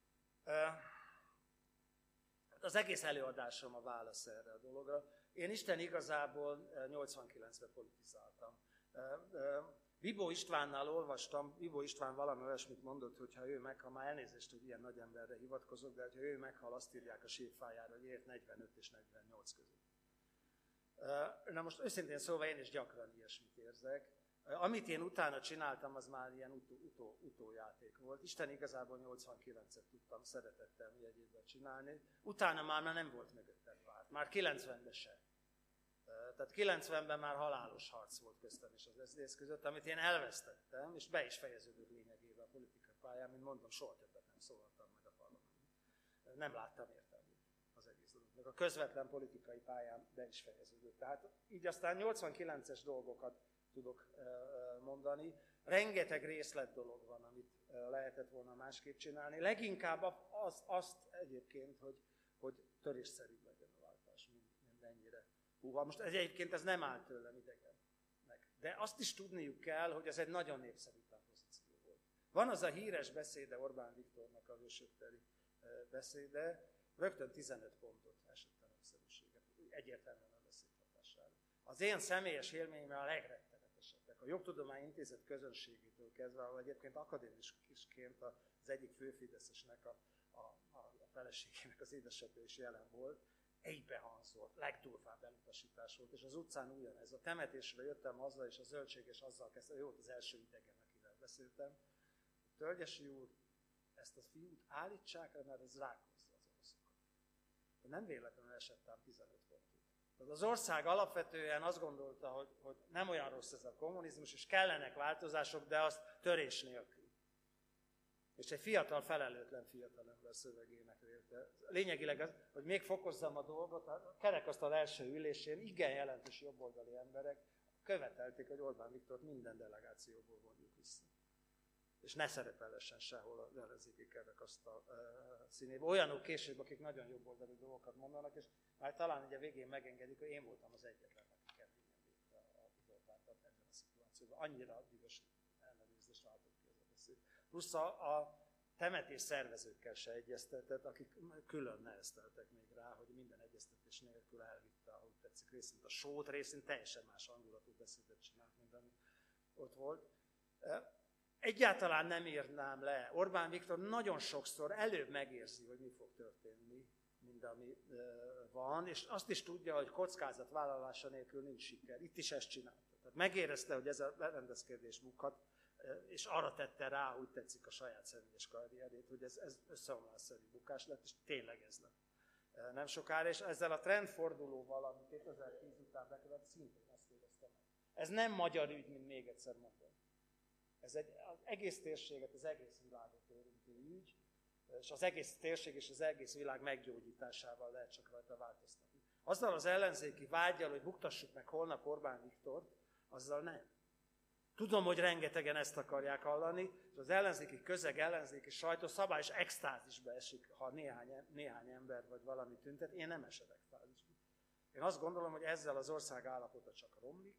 Az egész előadásom a válasz erre a dologra. Én Isten igazából 89-ben politizáltam. Bibó Istvánnál olvastam, Bibó István valami olyasmit mondott, hogy ha már elnézést, hogy ilyen nagy emberre hivatkozok, de ha ő meghal, azt írják a sírfájára, hogy élt 45 és 48 között. Na most őszintén szóval én is gyakran ilyesmit érzek. Amit én utána csináltam, az már ilyen utójáték volt. Isten igazából 89-et tudtam szeretettel jegyében csinálni. Utána már nem volt mögöttem párt. Már 90-ben se. Tehát 90-ben már halálos harc volt köztem és az SZDSZ között, amit én elvesztettem, és be is fejeződött lényegében a politikai pályán, mint mondom, soha többet nem szólaltam meg a parlamentben. Nem láttam értelmét az egész dolognak. A közvetlen politikai pályán be is fejeződött. Tehát így aztán 89-es dolgokat tudok mondani. Rengeteg részlet dolog van, amit lehetett volna másképp csinálni. Leginkább azt egyébként, hogy törésszerű legyen a váltás, mindennyire. Most egyébként ez nem áll tőlem idegennek. De azt is tudniuk kell, hogy ez egy nagyon népszerűtlen pozíció volt. Van az a híres beszéde Orbán Viktornak, a hősökteli beszéde, rögtön 15 pontot esett a népszerűséget, egyértelműen a beszéd hatására. Az én személyes élményemmel a legrettenetesebbek. A Jogtudományi Intézet közönségétől kezdve, ahol egyébként akadémikusként az egyik főfideszesnek, a feleségének az édesapja is jelen volt, egybehanzolt, legdurvább elutasítás volt, és az utcán ugyanez. A temetésre jöttem haza, és a zöldséges azzal kezdte, ő volt az első idegen, akivel beszéltem. Tölgyesi úr, ezt a fiút állítsák le, mert ez rákozza az oroszokat. Nem véletlenül esett ám 15 pontot. Tehát az ország alapvetően azt gondolta, hogy nem olyan rossz ez a kommunizmus, és kellenek változások, de azt törés nélkül. És egy fiatal, felelőtlen fiatalember szövegének vélte. Lényegileg az, hogy még fokozzam a dolgot, a kerekasztal első ülésén igen jelentős jobboldali emberek követelték, hogy Orbán Viktort minden delegációból vonjuk vissza. És ne szerepelhessen sehol az ellenzéki kerekasztal színében. Olyanok később, akik nagyon jobboldali dolgokat mondanak, és már talán ugye végén megengedik, hogy én voltam az egyetlen, aki keményen védte az Orbánt ebben a szituációban. Annyira dühös ellenőrzést váltott ki ez a beszéd. Plusz a temetés szervezőkkel se egyeztetett, akik külön nehezteltek még rá, hogy minden egyeztetés nélkül elvitte, ahogy tetszik, részint a sót, részint teljesen más hangulatú beszédet csinált, mint ami ott volt. Egyáltalán nem írnám le. Orbán Viktor nagyon sokszor előbb megérzi, hogy mi fog történni, mint ami van, és azt is tudja, hogy kockázatvállalása nélkül nincs siker. Itt is ezt csinálta. Tehát megérezte, hogy ez a berendezkedés bukhat, és arra tette rá, úgy tetszik a saját személyes karrierét, hogy ez összeomlásszerű bukás lett, és tényleg ez lett nem sokára, és ezzel a trendfordulóval, ami 2010 után bekövet, szintén ezt éreztem. Ez nem magyar ügy, mint még egyszer mondom. Ez az egész térséget, az egész világot érintő ügy, és az egész térség és az egész világ meggyógyításával lehet csak rajta változtatni. Azzal az ellenzéki vággyal, hogy buktassuk meg holnap Orbán Viktort, azzal nem. Tudom, hogy rengetegen ezt akarják hallani, és az ellenzéki közeg, ellenzéki sajtó szabályos extázisba esik, ha néhány ember vagy valami tüntet. Én nem esek extázisba. Én azt gondolom, hogy ezzel az ország állapota csak romlik,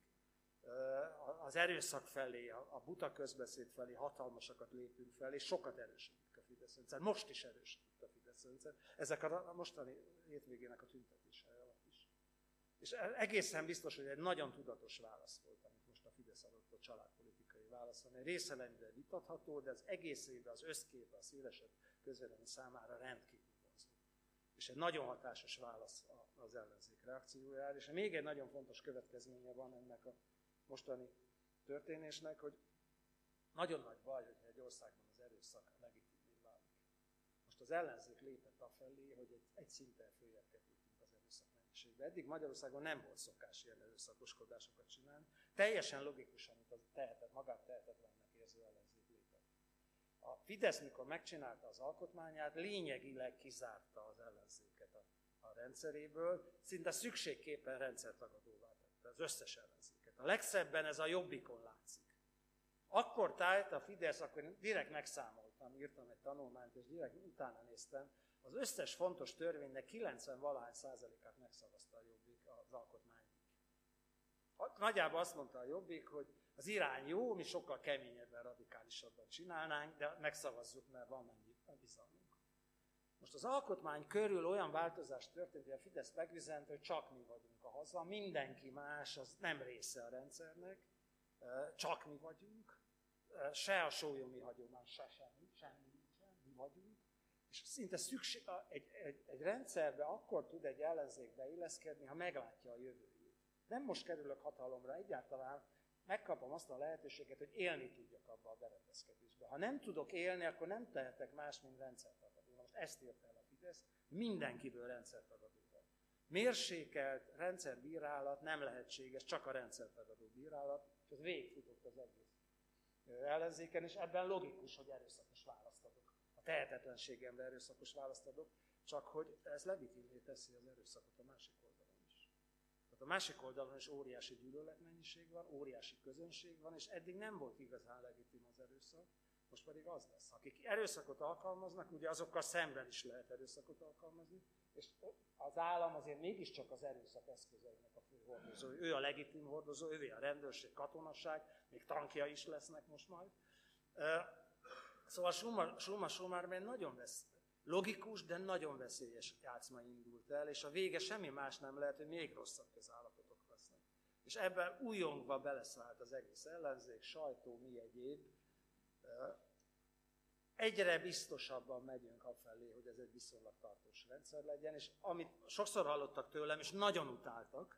az erőszak felé, a buta közbeszéd felé hatalmasakat lépünk fel, és sokat erősödik a Fidesz rendszer. Most is erősödik a Fidesz rendszer. Ezek a mostani hétvégének a tüntetései alatt is. És egészen biztos, hogy egy nagyon tudatos válasz volt, amit most a Fidesz adott a családpolitikai válasz, amely részelemiben vitatható, de az egészében, az összképben, a szélesebb közvélemény számára rendkívül vonzó. És egy nagyon hatásos válasz az ellenzék reakciójára, és még egy nagyon fontos következménye van ennek a mostani történésnek, hogy nagyon nagy baj, hogyha egy országban az erőszak legitimé válik. Most az ellenzék lépett afelé, hogy egy szinten följebb kerültünk az erőszak mennyiségbe. Eddig Magyarországon nem volt szokás ilyen erőszakoskodásokat csinálni. Teljesen logikus, amit az magát tehetetlennek érző ellenzék lépett. A Fidesz, mikor megcsinálta az alkotmányát, lényegileg kizárta az ellenzéket a rendszeréből, szinte szükségképpen rendszertagadóvá tette az összes ellenzéket. A legszebben ez a Jobbikon látszik. Akkor tájt a Fidesz, akkor én direkt megszámoltam, írtam egy tanulmányt, és direkt utána néztem, az összes fontos törvénynek 90% megszavazta a Jobbik az alkotmányig. Nagyjából azt mondta a Jobbik, hogy az irány jó, mi sokkal keményebben, radikálisabban csinálnánk, de megszavazzuk, mert van mennyi bizalmunk. Most az alkotmány körül olyan változás történt, hogy a Fidesz megüzent, hogy csak mi vagyunk a haza, mindenki más, az nem része a rendszernek, csak mi vagyunk, se a sólyommi hagyomány, semmi nincsen, mi vagyunk, és szinte szükség, egy rendszerbe akkor tud egy ellenzék beilleszkedni, ha meglátja a jövőjét. Nem most kerülök hatalomra, egyáltalán megkapom azt a lehetőséget, hogy élni tudjak abba a berendezkedésbe. Ha nem tudok élni, akkor nem tehetek más, mint rendszertagadó. Most ezt írta el a Fidesz, mindenkiből rendszertagadó van. Mérsékelt rendszerbírálat nem lehetséges, csak a rendszertagadó bírálat, és ez végigfutott az egész ellenzéken, és ebben logikus, hogy erőszakos választ adok. A tehetetlenségemre erőszakos választ adok, csak hogy ez legitimé teszi az erőszakot a másik oldalon is. Tehát a másik oldalon is óriási gyűlöletmennyiség van, óriási közönség van, és eddig nem volt igazán legitim az erőszak, most pedig az lesz. Akik erőszakot alkalmaznak, ugye azokkal szemben is lehet erőszakot alkalmazni, és az állam azért mégiscsak az erőszak eszközeinek a fő hordozó. Ő a legitim hordozó, ővé a rendőrség, katonasság, még tankja is lesznek most majd. Szóval summa nagyon logikus, de nagyon veszélyes játszma indult el, és a vége semmi más nem lehet, hogy még rosszabb közállapotok lesznek. És ebben újongva beleszállt az egész ellenzék, sajtó, mi egyéb. Egyre biztosabban megyünk afelé, hogy ez egy viszonylag tartós rendszer legyen, és amit sokszor hallottak tőlem, és nagyon utáltak,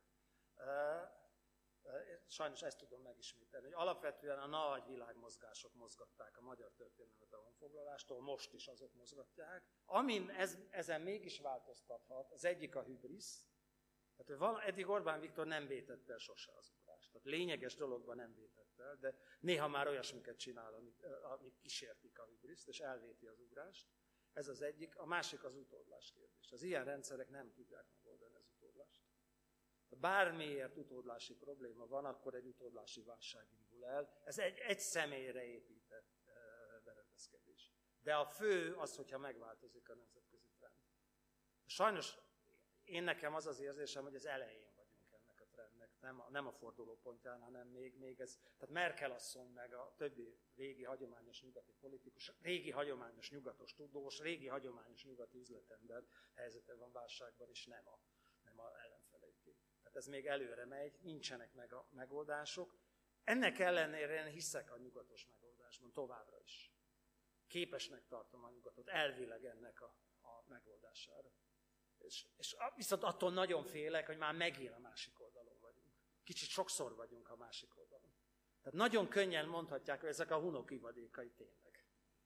sajnos ezt tudom megismételni, hogy alapvetően a nagy világmozgások mozgatták a magyar történelmet a honfoglalástól, most is azok mozgatják. Amin ezen mégis változtathat, az egyik a hübrisz, tehát eddig Orbán Viktor nem vétett el sose az ugrást. Tehát lényeges dologban nem vétett el, de néha már olyasmiket csinál, amik kísértik a hübriszt, és elvéti az ugrást. Ez az egyik. A másik az utódlás kérdés. Az ilyen rendszerek nem tudják megoldani az utódlást. Ha bármiért utódlási probléma van, akkor egy utódlási válság indul el. Ez egy személyre épített berendezkedés. De a fő az, hogyha megváltozik a nemzetközi trend. Sajnos nekem az az érzésem, hogy az elején vagyunk ennek a trendnek, nem a fordulópontján, hanem még ez, tehát Merkel asszony meg a többi régi hagyományos nyugati politikus, régi hagyományos nyugatos tudós, régi hagyományos nyugati üzletember helyzete van válságban, és nem a ellenfeleiké. Tehát ez még előre megy, nincsenek meg a megoldások. Ennek ellenére én hiszek a nyugatos megoldásban továbbra is. Képesnek tartom a nyugatot elvileg ennek a megoldására. És viszont attól nagyon félek, hogy már megint a másik oldalon vagyunk. Kicsit sokszor vagyunk a másik oldalon. Tehát nagyon könnyen mondhatják, hogy ezek a hunok ivadékai tényleg.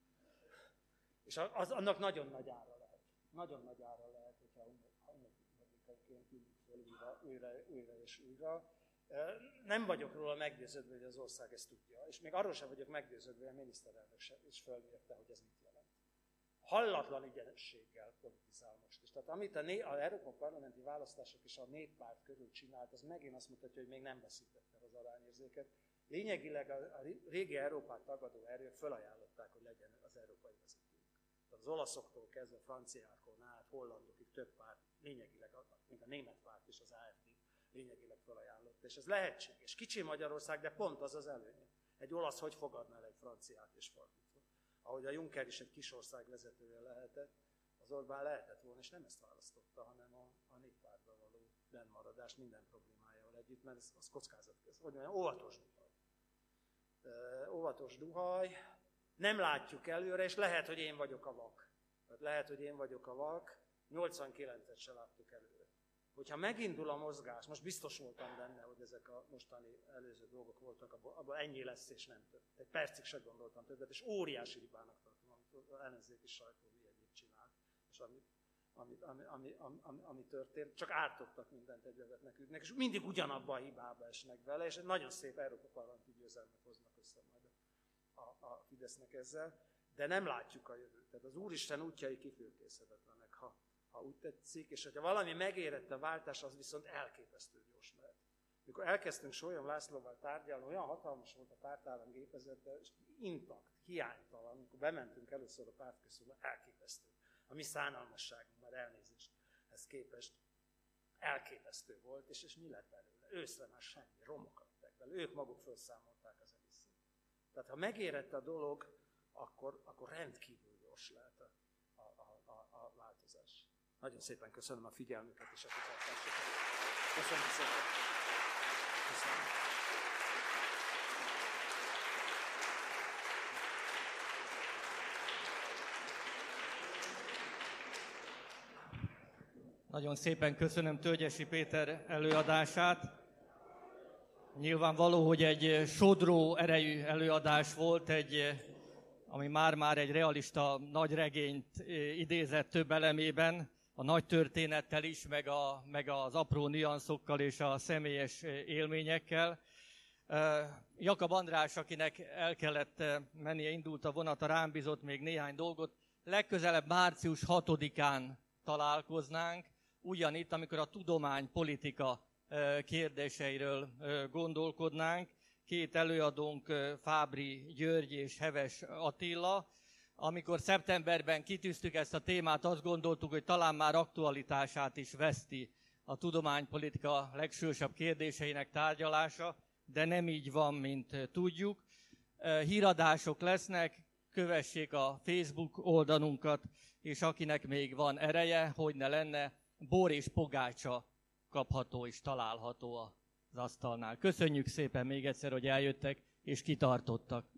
És annak nagyon nagy ára lehet. Nagyon nagy ára lehet, hogyha a hunok ivadékaiként hívjuk fel újra és újra. Nem vagyok róla meggyőződve, hogy az ország ezt tudja. És még arról sem vagyok meggyőződve, hogy a miniszterelnök is felmérte, hogy ez mit jelent. Hallatlan igyenességgel politizál most is. Tehát amit az Európa parlamenti választások és a néppárt körül csinált, az megint azt mutatja, hogy még nem veszítette az arányérzéket. Lényegileg a régi Európát tagadó erők felajánlották, hogy legyen az európai vezetőjük. Tehát az olaszoktól kezdve franciákon át, hollandokig több párt, lényegileg még a német párt és az AfD lényegileg felajánlotta. És ez lehetséges. Kicsi Magyarország, de pont az az előnye. Egy olasz hogy fogadna el egy franciát és fordítva? Ahogy a Juncker is egy kis ország vezetője lehetett, az Orbán lehetett volna, és nem ezt választotta, hanem a néppártban való bennmaradás minden problémájával együtt, mert az kockázatkező. Hogy mondjam, óvatos duhaj. Óvatos duhaj, nem látjuk előre, és lehet, hogy én vagyok a vak. Lehet, hogy én vagyok a vak, 89-et se láttuk előre. Hogyha megindul a mozgás, most biztos voltam benne, hogy ezek a mostani előző dolgok voltak, abban ennyi lesz és nem több. Egy percig se gondoltam többet, és óriási hibának tartom, amit az ellenzéki sajtó mi egyéb csinált, és ami történt, csak ártottak mindent egybevetnek őknek, és mindig ugyanabba a hibába esnek vele, és egy nagyon szép Európa parlamenti győzelmet hoznak össze majd a Fidesznek ezzel, de nem látjuk a jövőt. Tehát az Úristen útjai kifürkészhetetlenek, ha úgy tetszik, és hogyha valami megérett a váltás, az viszont elképesztő gyors lehet. Mikor elkezdtünk Sólyom Lászlóval tárgyalni, olyan hatalmas volt a pártállam gépezete, és intakt, hiánytalan, amikor bementünk először a pártközpontba, elképesztő. A mi szánalmasságunk, már elnézést, ez képest elképesztő volt, és mi lett belőle? Őszre már semmi, romok lettek belőle, ők maguk felszámolták az egészet. Tehát ha megérett a dolog, akkor rendkívül gyors lehet a változás. Nagyon szépen köszönöm a figyelmüket és a figyelmüket. Köszönöm szépen. Köszönöm. Nagyon szépen köszönöm Tölgyesi Péter előadását. Nyilvánvaló, hogy egy sodró erejű előadás volt, ami már-már egy realista nagyregényt idézett több elemében, a nagy történettel is, meg az apró nüanszokkal és a személyes élményekkel. Jakab András, akinek el kellett mennie, indult a vonata, rám bizott még néhány dolgot. Legközelebb március 6-án találkoznánk, ugyanitt, amikor a tudománypolitika kérdéseiről gondolkodnánk. Két előadónk, Fábri György és Heves Attila. Amikor szeptemberben kitűztük ezt a témát, azt gondoltuk, hogy talán már aktualitását is veszti a tudománypolitika legsősebb kérdéseinek tárgyalása, de nem így van, mint tudjuk. Híradások lesznek, kövessék a Facebook oldalunkat, és akinek még van ereje, hogy ne lenne, bor és pogácsa kapható és található az asztalnál. Köszönjük szépen még egyszer, hogy eljöttek és kitartottak.